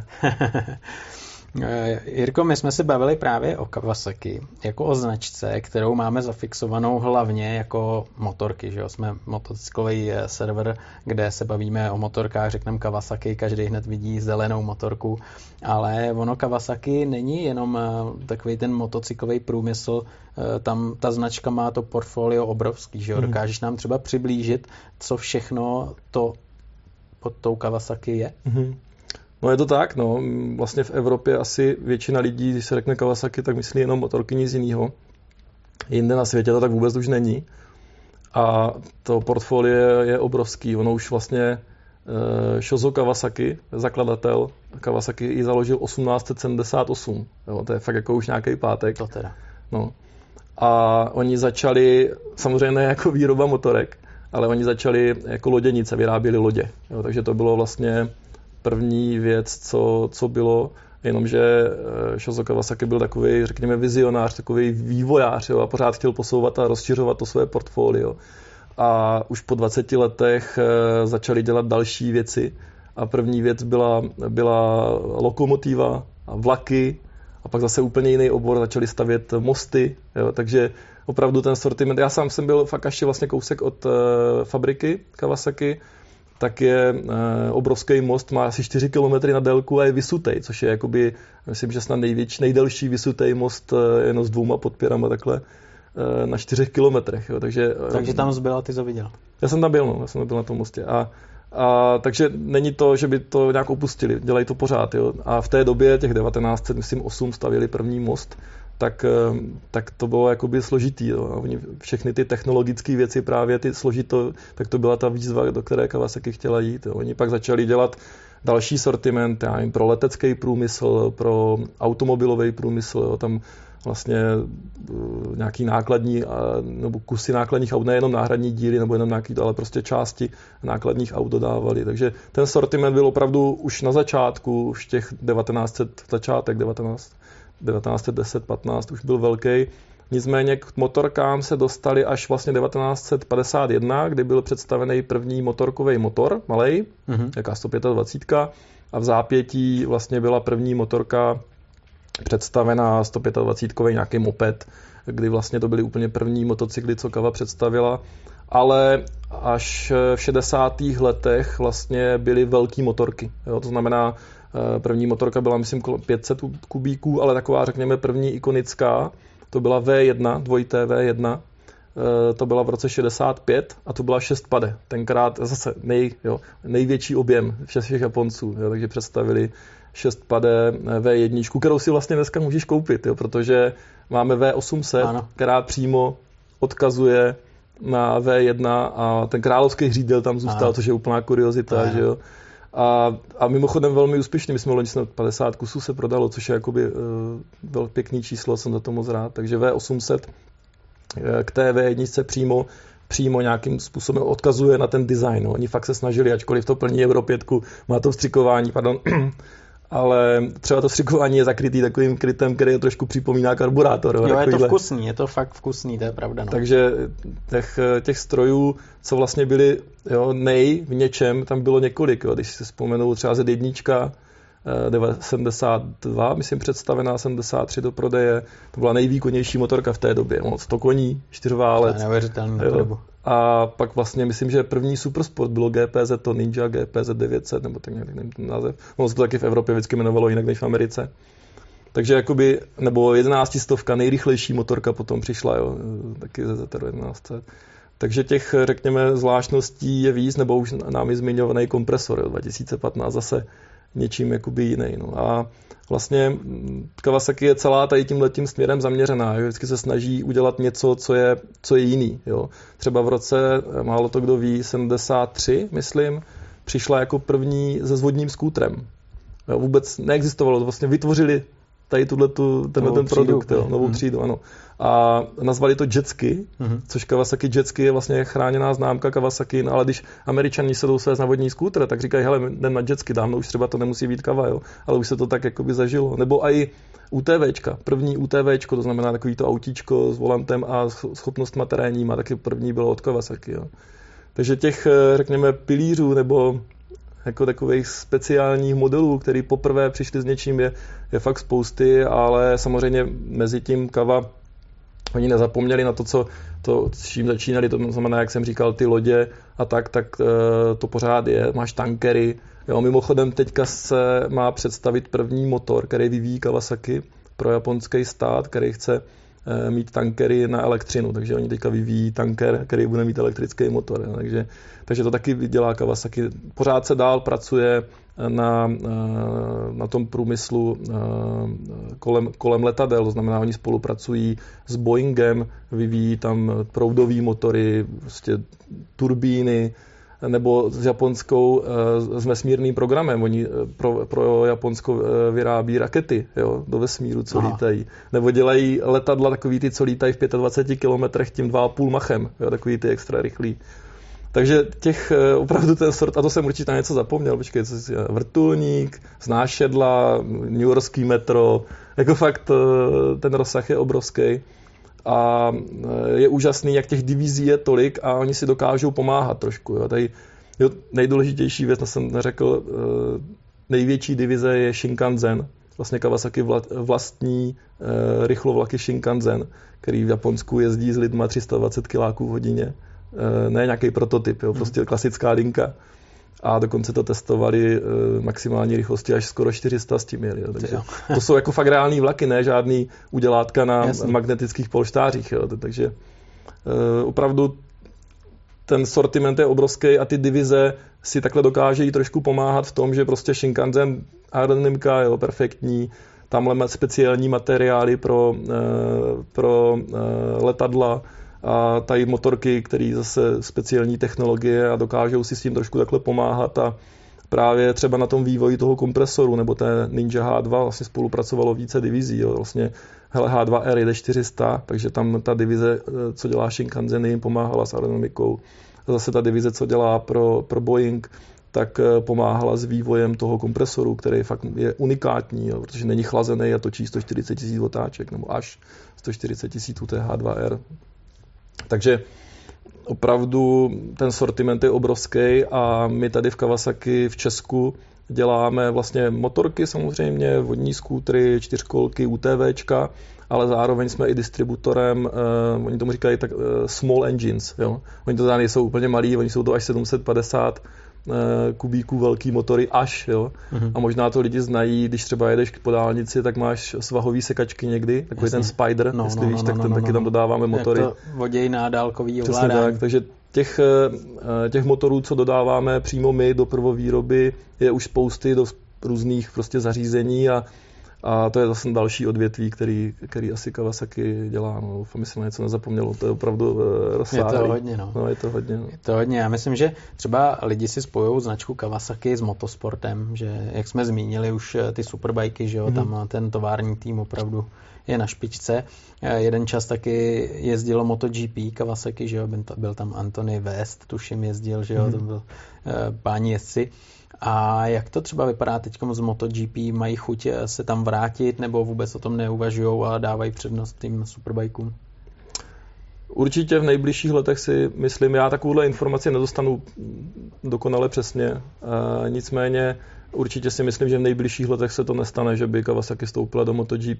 Jirko, my jsme se bavili právě o Kawasaki, jako o značce, kterou máme zafixovanou hlavně jako motorky, že jo? Jsme motocyklový server, kde se bavíme o motorkách, řekneme Kawasaki, každý hned vidí zelenou motorku, ale ono Kawasaki není jenom takový ten motocyklový průmysl, tam ta značka má to portfolio obrovský, že jo? Dokážeš nám třeba přiblížit, co všechno to pod tou Kawasaki je? No je to tak, no. Vlastně v Evropě asi většina lidí, když se řekne Kawasaki, tak myslí jenom motorky, nic jiného. Jinde na světě to tak vůbec už není. A to portfolio je obrovský. Ono už vlastně Shozo Kawasaki, zakladatel Kawasaki, ji založil 1878. Jo, to je fakt jako už nějaký pátek. To teda. No. A oni začali, samozřejmě ne jako výroba motorek, ale oni začali jako loděnice, vyráběli lodě. Jo, takže to bylo vlastně první věc, co bylo. jenomže Shozo Kawasaki byl takový, řekněme, vizionář, takový vývojář, jo, a pořád chtěl posouvat a rozšiřovat to své portfolio. A už po 20 letech začali dělat další věci. A první věc byla lokomotiva a vlaky, a pak zase úplně jiný obor, začali stavět mosty, jo, takže opravdu ten sortiment, já sám jsem byl fakt ještě vlastně kousek od fabriky Kawasaki, tak je obrovský most, má asi 4 km na délku a je vysutej, což je jakoby, myslím, že snad nejdelší vysutej most jenom s 2 podpěrama takhle na 4 kilometrech. Jo, takže tam zbyla, ty to viděl? Já jsem tam byl, já jsem byl na tom mostě. Takže není to, že by to nějak opustili, dělají to pořád. Jo. A v té době, těch 1908 stavili první most, tak to bylo jakoby složitý. Jo. A oni všechny ty technologické věci, právě ty složito, tak to byla ta výzva, do které Kawasaki chtěla jít. Jo. Oni pak začali dělat další sortiment, já nevím, pro letecký průmysl, pro automobilový průmysl, jo. Tam vlastně nějaký nákladní nebo kusy nákladních aut, nejenom náhradní díly nebo jenom nějaký, ale prostě části nákladních aut dodávali. Takže ten sortiment byl opravdu už na začátku, už těch 1910-15 už byl velký. Nicméně k motorkám se dostali až vlastně 1951, kdy byl představený první motorkový motor, malej, jaká 125, a v zápětí vlastně byla první motorka představená 125kový nějaký moped, kdy vlastně to byly úplně první motocykly, co Kawa představila, ale až v 60. letech vlastně byly velký motorky. Jo, to znamená, první motorka byla, myslím, 500 kubíků, ale taková, řekněme, první ikonická, to byla V1, dvojité V1, to byla v roce 65 a to byla 6 pade. Tenkrát zase největší objem všech Japonců, jo, takže představili 6 pade V1, kterou si vlastně dneska můžeš koupit, jo, protože máme V800, ano, která přímo odkazuje na V1 a ten královský hřídel tam zůstal, což je úplná kuriozita, že jo. A mimochodem velmi úspěšný, my jsme loni 50 kusů se prodalo, což je jakoby pěkný číslo, jsem za to moc rád, takže V800 k té V1 přímo nějakým způsobem odkazuje na ten design. No. Oni fakt se snažili, ačkoliv to plní Euro 5, má to vstřikování, ale třeba to vstřikování je zakrytý takovým krytem, který je trošku připomíná karburátor. Jo, je to vkusný, je to fakt vkusný, to je pravda. No. Takže těch strojů, co vlastně byly v něčem, tam bylo několik. Jo. Když si vzpomenu třeba Z1, 72, myslím, představená, 73 do prodeje. To byla nejvýkonnější motorka v té době. 100 koní, 4válec. To je neuvěřitelný na dobu. A pak vlastně, myslím, že první supersport bylo GPZ, to Ninja, GPZ 900, nebo tak nějak nevím ten název. Ono se to taky v Evropě vždycky jmenovalo jinak než v Americe. Takže jakoby, nebo 1100, nejrychlejší motorka potom přišla, jo, taky ze ZR 1100. Takže těch, řekněme, zvláštností je víc, nebo už námi zmiňovaný kompresor, jo, 2015 zase něčím jakoby jiný. No. A vlastně Kawasaki je celá tady tímhletím směrem zaměřená. Jo. Vždycky se snaží udělat něco, co je jiný. Jo. Třeba v roce, málo to kdo ví, 73, myslím, přišla jako první se zvodním skútrem. Jo. Vůbec neexistovalo, vlastně vytvořili tady tenhle produkt, jo, novou třídu, ano. A nazvali to jetski, což Kawasaki jetski je vlastně chráněná známka Kawasaki, no, ale když Američani se jdou svést na vodní skútr, tak říkají, hele, jdem na jetski, dávno už třeba to nemusí být Kawa, jo, ale už se to tak jakoby zažilo. Nebo i UTVčka, první UTVčko, to znamená takový to autíčko s volantem a schopnostma terénníma, taky první bylo od Kawasaki, jo. Takže těch, řekněme, pilířů nebo jako takových speciálních modelů, který poprvé přišli s něčím, je fakt spousty, ale samozřejmě mezi tím Kawa, oni nezapomněli na s čím začínali, to znamená, jak jsem říkal, ty lodě a tak to pořád je, máš tankery. Jo, mimochodem teďka se má představit první motor, který vyvíjí Kawasaki pro japonský stát, který chce mít tankery na elektřinu, takže oni teďka vyvíjí tanker, který bude mít elektrický motor. Jo, takže to taky dělá Kawasaki. Pořád se dál pracuje na tom průmyslu kolem letadel, to znamená, oni spolupracují s Boeingem, vyvíjí tam proudové motory, prostě turbíny, nebo s japonskou, s vesmírným programem. Oni pro Japonsko vyrábí rakety, jo, do vesmíru, co lítají. Nebo dělají letadla takový ty, co lítají v 25 kilometrech tím 2,5 machem, jo, takový ty extra rychlý. Takže těch opravdu ten sort, a to jsem určitě na něco zapomněl, počkej, vrtulník, znášedla, newyorský metro, jako fakt ten rozsah je obrovský. A je úžasný, jak těch divizí je tolik a oni si dokážou pomáhat trošku. Jo. Tady nejdůležitější věc, to jsem neřekl, největší divize je Shinkansen. Vlastně Kawasaki vlastní rychlovlaky Shinkansen, který v Japonsku jezdí s lidma 320 km v hodině. Ne nějaký prototyp, jo, prostě klasická linka. A dokonce to testovali maximální rychlosti až skoro 400 s tím jeli. Jo. Takže to jsou jako fakt reální vlaky, ne žádný udělátka na magnetických polštářích. Jo. Takže opravdu ten sortiment je obrovský a ty divize si takhle dokážejí trošku pomáhat v tom, že prostě Shinkansen aerodynamika je perfektní, tamhle speciální materiály pro letadla a tady motorky, které zase speciální technologie a dokážou si s tím trošku takhle pomáhat a právě třeba na tom vývoji toho kompresoru nebo té Ninja H2 vlastně spolupracovalo více divizí. Jo. Vlastně H2R jede 400, takže tam ta divize, co dělá Shinkansen, jim pomáhala s aerodynamikou. Zase ta divize, co dělá pro Boeing, tak pomáhala s vývojem toho kompresoru, který fakt je unikátní, jo, protože není chlazený a točí 140 000 otáček, nebo až 140 000 u té H2R. Takže opravdu ten sortiment je obrovský a my tady v Kawasaki v Česku děláme vlastně motorky samozřejmě, vodní skútry, čtyřkolky, UTVčka, ale zároveň jsme i distributorem, oni tomu říkají tak small engines, jo. Oni to tady nejsou úplně malí, oni jsou to až 750 kubíků velký motory až, jo. A možná to lidi znají, když třeba jedeš po dálnici, tak máš svahový sekačky někdy, takový ten Spider, jestli víš, tak ten taky tam dodáváme motory. Jak to voděj na dálkový ovládání. Tak, takže těch motorů, co dodáváme přímo my do prvovýroby, je už spousty do různých prostě zařízení a to je zase další odvětví, který asi Kawasaki dělá. No, doufám, že na něco nezapomnělo. To je opravdu rozsáhlý. Je to hodně, no. No, je to hodně. No. Je to hodně. Já myslím, že třeba lidi si spojují značku Kawasaki s motosportem, že jak jsme zmínili už ty superbajky, že jo, tam ten tovární tým opravdu je na špičce. Jeden čas taky jezdilo MotoGP Kawasaki, že jo, byl tam Anthony West, tuším jezdil, že jo, to byl páni jezdci. A jak to třeba vypadá teď z MotoGP? Mají chuť se tam vrátit nebo vůbec o tom neuvažují a dávají přednost tím superbajkům? Určitě v nejbližších letech si myslím, já takovouhle informaci nedostanu dokonale přesně. Nicméně určitě si myslím, že v nejbližších letech se to nestane, že by Kawasaki stoupila do MotoGP.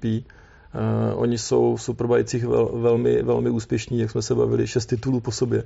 Oni jsou v superbajcích velmi, velmi úspěšní, jak jsme se bavili, 6 titulů po sobě.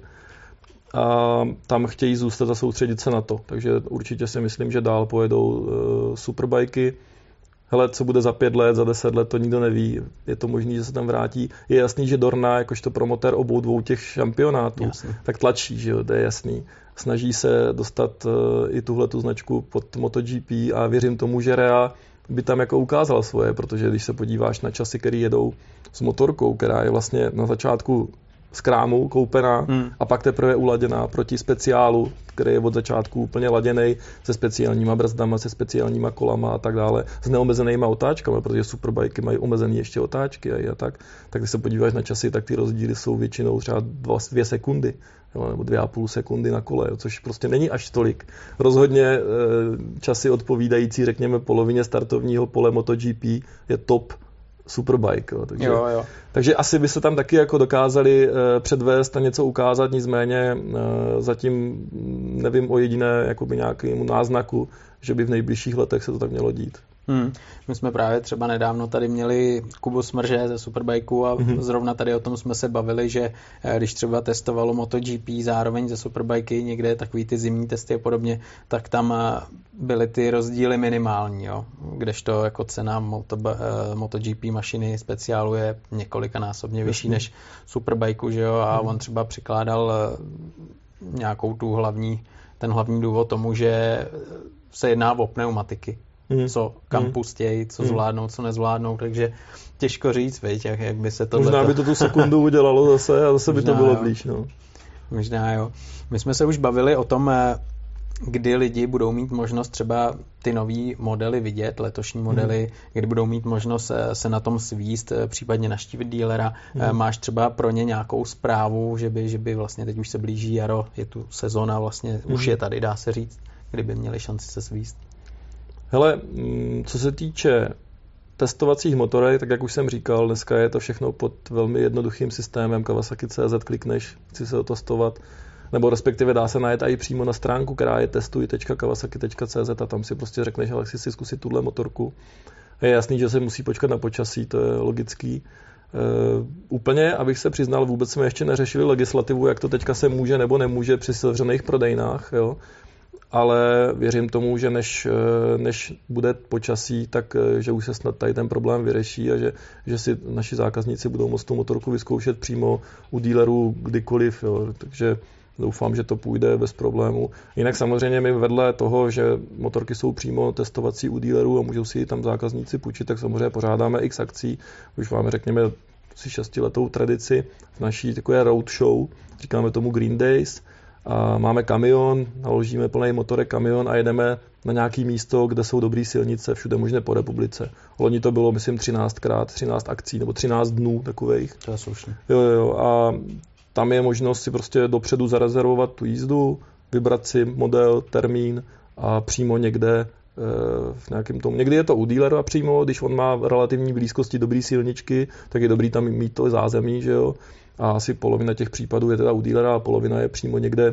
A tam chtějí zůstat a soustředit se na to. Takže určitě si myslím, že dál pojedou superbajky. Hele, co bude za 5 let, za 10 let, to nikdo neví. Je to možné, že se tam vrátí. Je jasný, že Dorna, jakožto promotér obou dvou těch šampionátů, tak tlačí, že jo, to je jasný. Snaží se dostat i tuhletu značku pod MotoGP a věřím tomu, že Rea by tam jako ukázala svoje, protože když se podíváš na časy, které jedou s motorkou, která je vlastně na začátku z krámu koupená a pak teprve uladěná proti speciálu, který je od začátku úplně laděnej se speciálníma brzdama, se speciálníma kolama a tak dále, s neomezenýma otáčkami, protože superbajky mají omezený ještě otáčky a tak když se podíváš na časy, tak ty rozdíly jsou většinou třeba 2 sekundy, nebo 2,5 sekundy na kole, což prostě není až tolik. Rozhodně časy odpovídající, řekněme, polovině startovního pole MotoGP je top superbike. Takže asi by se tam taky jako dokázali předvést a něco ukázat, nicméně zatím nevím o jediné jakoby nějakému náznaku, že by v nejbližších letech se to tak mělo dít. My jsme právě třeba nedávno tady měli Kubu Smrže ze Superbajku a zrovna tady o tom jsme se bavili, že když třeba testovalo MotoGP zároveň ze Superbajky, někde takový ty zimní testy a podobně, tak tam byly ty rozdíly minimální, jo? Kdežto jako cena MotoGP mašiny speciálu je několikanásobně vyšší než Superbajku, že jo? A on třeba přikládal nějakou ten hlavní důvod tomu, že se jedná o pneumatiky. Co kam pustějí, co zvládnou, co nezvládnou, takže těžko říct, viď, jak by se to... Možná by to tu sekundu udělalo zase a zase by to bylo blíž. No. Možná jo. My jsme se už bavili o tom, kdy lidi budou mít možnost třeba ty nový modely vidět, letošní modely, kdy budou mít možnost se na tom svíst, případně navštívit dílera. Máš třeba pro ně nějakou zprávu, že by vlastně teď už se blíží jaro, je tu sezona, vlastně už je tady, dá se říct, kdyby měli šanci se svíst? Hele, co se týče testovacích motorek, tak jak už jsem říkal, dneska je to všechno pod velmi jednoduchým systémem Kawasaki.cz, klikneš, chci se otestovat, nebo respektive dá se najet i přímo na stránku, která je testuj.kawasaki.cz a tam si prostě řekneš, ale chci si zkusit tuhle motorku. Je jasný, že se musí počkat na počasí, to je logický. Úplně, abych se přiznal, vůbec jsme ještě neřešili legislativu, jak to teďka se může nebo nemůže při zavřených prodejnách, jo. Ale věřím tomu, že než bude počasí, tak že už se snad tady ten problém vyřeší a že si naši zákazníci budou moct tu motorku vyzkoušet přímo u dealerů kdykoliv. Jo. Takže doufám, že to půjde bez problému. Jinak samozřejmě my vedle toho, že motorky jsou přímo testovací u dealerů a můžou si ji tam zákazníci půjčit, tak samozřejmě pořádáme x akcí. Už máme, řekněme, asi 6letou tradici v naší takové roadshow, říkáme tomu Green Days. A máme kamion, naložíme plný motorek kamion a jedeme na nějaké místo, kde jsou dobré silnice, všude možné po republice. Loni to bylo, myslím, 13 akcí, nebo 13 dnů takových. To je slušný. Jo. A tam je možnost si prostě dopředu zarezervovat tu jízdu, vybrat si model, termín a přímo někde v nějakém tom. Někdy je to u dealera přímo, když on má relativní blízkosti dobrý silničky, tak je dobrý tam mít to zázemí, že jo. A asi polovina těch případů je teda u dealera a polovina je přímo někde,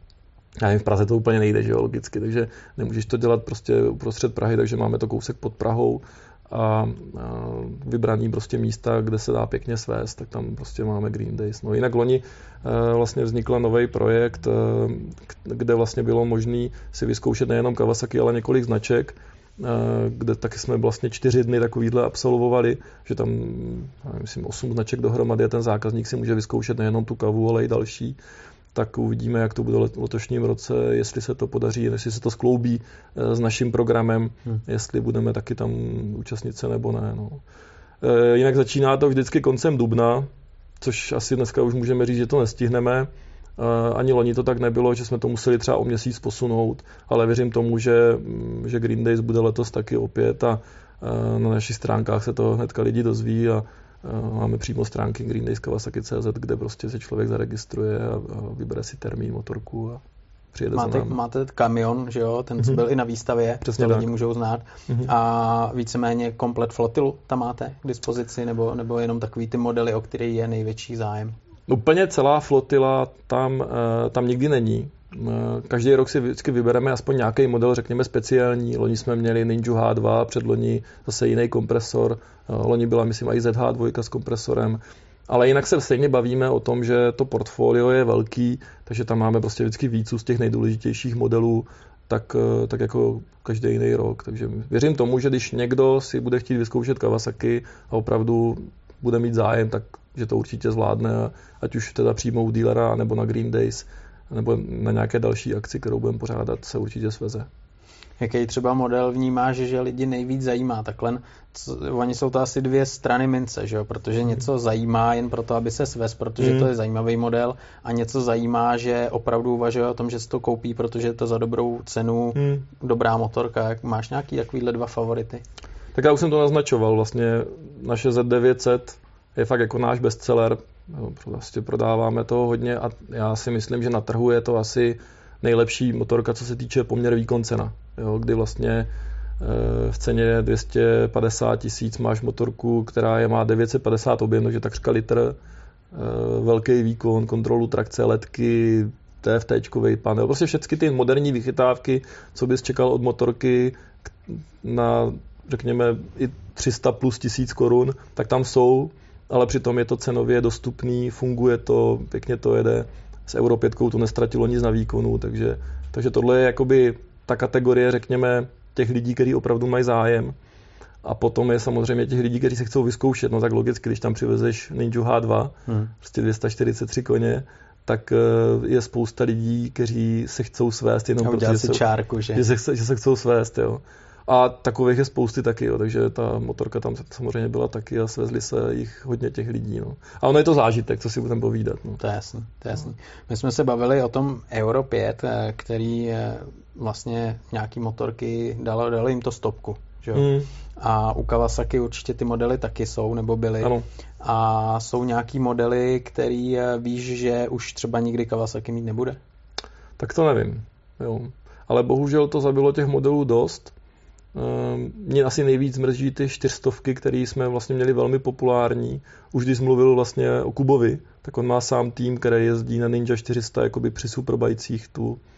já nevím, v Praze to úplně nejde, že jo, logicky, takže nemůžeš to dělat prostě uprostřed Prahy, takže máme to kousek pod Prahou a vybraný prostě místa, kde se dá pěkně svést, tak tam prostě máme Green Days. No jinak loni vlastně vznikl nový projekt, kde vlastně bylo možné si vyzkoušet nejenom Kawasaki, ale několik značek, kde taky jsme vlastně 4 dny takovýhle absolvovali, že tam, myslím, 8 značek dohromady a ten zákazník si může vyzkoušet nejenom tu kavu, ale i další. Tak uvidíme, jak to bude v letošním roce, jestli se to podaří, jestli se to skloubí s naším programem, jestli budeme taky tam účastnice nebo ne. No. Jinak začíná to vždycky koncem dubna, což asi dneska už můžeme říct, že to nestihneme. Ani loni to tak nebylo, že jsme to museli třeba o měsíc posunout, ale věřím tomu, že Green Days bude letos taky opět a na našich stránkách se to hnedka lidi dozví a máme přímo stránky Green Days Kawasaki.cz, kde prostě se člověk zaregistruje a vybere si termín, motorku a přijede za námi. Máte kamion, že jo, ten co byl i na výstavě, přesně to lidi můžou znát. A víceméně komplet flotilu tam máte k dispozici, nebo jenom takový ty modely, o který je největší zájem? Úplně celá flotila tam nikdy není. Každý rok si vždycky vybereme aspoň nějaký model, řekněme speciální. Loni jsme měli Ninja H2, předloni zase jiný kompresor. Loni byla, myslím, i ZH2 s kompresorem. Ale jinak se stejně bavíme o tom, že to portfolio je velký, takže tam máme prostě vždycky víc z těch nejdůležitějších modelů, tak jako každý jiný rok. Takže věřím tomu, že když někdo si bude chtít vyzkoušet Kawasaki a opravdu bude mít zájem, tak že to určitě zvládne, ať už teda přímo u dealera, nebo na Green Days, nebo na nějaké další akci, kterou budeme pořádat, se určitě sveze. Jaký třeba model vnímáš, že lidi nejvíc zajímá? Takhle, oni jsou to asi 2 strany mince, že jo? Protože něco zajímá jen proto, aby se svez, protože to je zajímavý model, a něco zajímá, že opravdu uvažuje o tom, že si to koupí, protože je to za dobrou cenu, dobrá motorka. Máš nějaký takovýhle 2 favority? Tak já už jsem to naznačoval, vlastně naše Z900 je fakt jako náš bestseller, vlastně prodáváme toho hodně a já si myslím, že na trhu je to asi nejlepší motorka, co se týče poměr výkon cena, jo, kdy vlastně v ceně 250 000 máš motorku, která má 950 objem, takže takřka litr, velký výkon, kontrolu trakce, ledky, TFT-čkový panel, prostě všechny ty moderní vychytávky, co bys čekal od motorky na, řekněme, i 300 plus 1000 korun, tak tam jsou, ale přitom je to cenově dostupný, funguje to, pěkně to jede. S Euro 5 to nestratilo nic na výkonu, takže tohle je jakoby ta kategorie, řekněme, těch lidí, kteří opravdu mají zájem. A potom je samozřejmě těch lidí, kteří se chcou vyzkoušet. No tak logicky, když tam přivezeš Ninja H2, prostě 243 koně, tak je spousta lidí, kteří se chcou svést jenom protože že se chcou svést, jo. A takových je spousty taky, jo, takže ta motorka tam samozřejmě byla taky a svezli se jich hodně těch lidí. No. A ono je to zážitek, co si budeme povídat. No. To je jasný, to je jasný. My jsme se bavili o tom Euro 5, který vlastně nějaký motorky dalo jim to stopku. Že jo? A u Kawasaki určitě ty modely taky jsou, nebo byly. Ano. A jsou nějaký modely, který víš, že už třeba nikdy Kawasaki mít nebude? Tak to nevím. Jo. Ale bohužel to zabilo těch modelů dost. Mě asi nejvíc mrzí ty 400, které jsme vlastně měli velmi populární. Už když mluvil vlastně o Kubovi, tak on má sám tým, který jezdí na Ninja 400 jakoby při superbajcích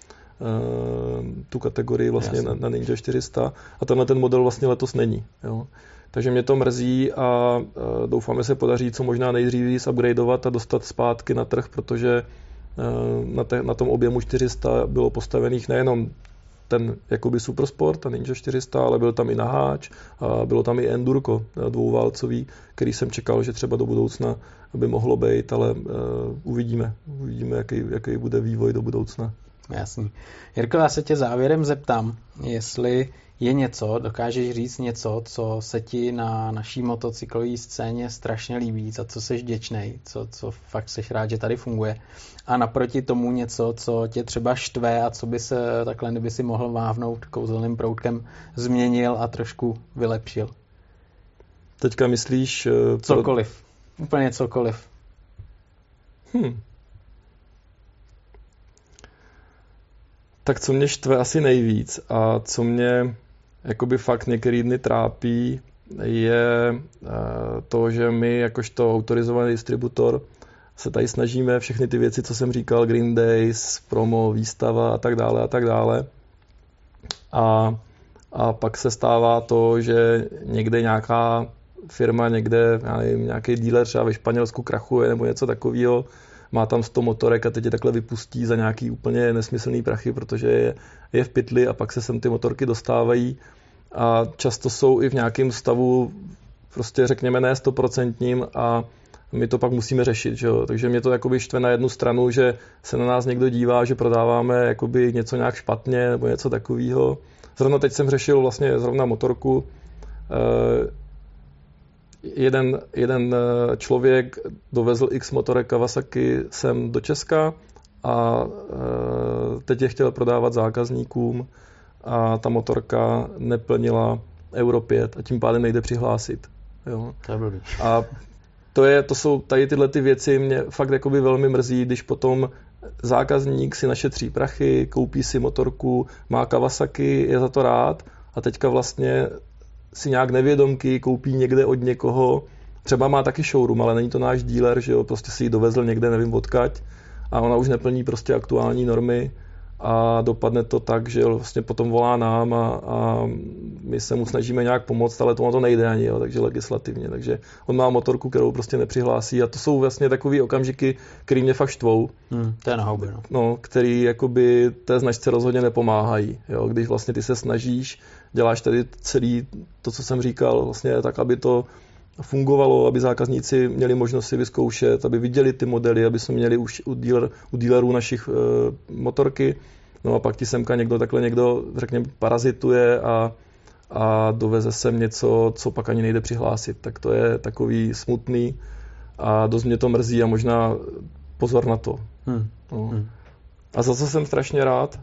tu kategorii vlastně na Ninja 400 a tenhle ten model vlastně letos není. Jo. Takže mě to mrzí a doufám, že se podaří co možná nejdřív upgradeovat a dostat zpátky na trh, protože na tom objemu 400 bylo postavených nejenom ten jakoby supersport, ta Ninja 400, ale byl tam i naháč a bylo tam i endurko dvouválcový, který jsem čekal, že třeba do budoucna by mohlo být, ale uvidíme, jaký bude vývoj do budoucna. Jasný. Jirko, já se tě závěrem zeptám, jestli je něco, dokážeš říct něco, co se ti na naší motocyklové scéně strašně líbí, za co seš vděčnej, co fakt seš rád, že tady funguje. A naproti tomu něco, co tě třeba štve a co by se takhle, kdyby si mohl mávnout kouzelným proutkem, změnil a trošku vylepšil. Teďka myslíš... Cokoliv. Úplně cokoliv. Tak co mě štve asi nejvíc a co mě jakoby fakt některý dny trápí, je to, že my jakožto autorizovaný distributor se tady snažíme všechny ty věci, co jsem říkal, Green Days, promo, výstava a tak dále. A pak se stává to, že někde nějaká firma, někde nějaký dealer třeba ve Španělsku krachuje nebo něco takového, má tam 100 motorek a teď je takhle vypustí za nějaký úplně nesmyslný prachy, protože je v pytli a pak se sem ty motorky dostávají a často jsou i v nějakém stavu, prostě řekněme ne 100% a my to pak musíme řešit. Že jo? Takže mě to jakoby štve na jednu stranu, že se na nás někdo dívá, že prodáváme jakoby něco nějak špatně nebo něco takového. Zrovna teď jsem řešil vlastně motorku. Jeden člověk dovezl X motorek Kawasaki sem do Česka a teď je chtěl prodávat zákazníkům a ta motorka neplnila Euro 5 a tím pádem nejde přihlásit. Jo. A to jsou tady tyhle ty věci, mě fakt jakoby velmi mrzí, když potom zákazník si našetří prachy, koupí si motorku, má Kawasaki, je za to rád a teďka vlastně si nějak nevědomky koupí někde od někoho, třeba má taky showroom, ale není to náš dealer, že jo, prostě si ji dovezl někde, nevím odkaď a ona už neplní prostě aktuální normy a dopadne to tak, že vlastně potom volá nám a my se mu snažíme nějak pomoct, ale to nejde ani, jo, takže legislativně, takže on má motorku, kterou prostě nepřihlásí a to jsou vlastně takový okamžiky, který mě fakt štvou. To je na houby, no. No, který jakoby té značce rozhodně nepomáhají, jo, když vlastně ty se snažíš, děláš tady celý to, co jsem říkal, vlastně tak, aby to fungovalo, aby zákazníci měli možnost si vyzkoušet, aby viděli ty modely, aby jsme měli už u dealerů našich motorky. No a pak ti semka někdo, řekněme, parazituje a doveze sem něco, co pak ani nejde přihlásit. Tak to je takový smutný a dost mě to mrzí a možná pozor na to. No. A za co jsem strašně rád?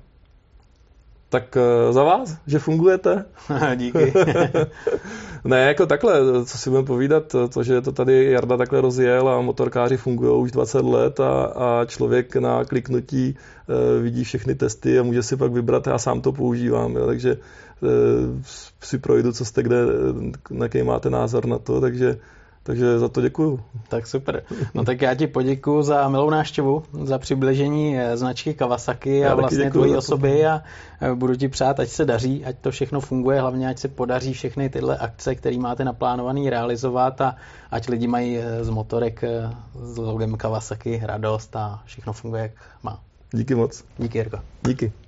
Tak za vás, že fungujete. Díky. Ne, jako takhle, co si budeme povídat, to, že to tady Jarda takhle rozjel a motorkáři fungují už 20 let a člověk na kliknutí vidí všechny testy a může si pak vybrat, já sám to používám, jo, takže si projdu, co jste kde, jaký máte názor na to, takže za to děkuju. Tak super. No tak já ti poděkuju za milou návštěvu, za přibližení značky Kawasaki a vlastně tvojí osoby a budu ti přát, ať se daří, ať to všechno funguje, hlavně ať se podaří všechny tyhle akce, které máte naplánovaný, realizovat a ať lidi mají z motorek s logem Kawasaki radost a všechno funguje, jak má. Díky moc. Díky, Jirko. Díky.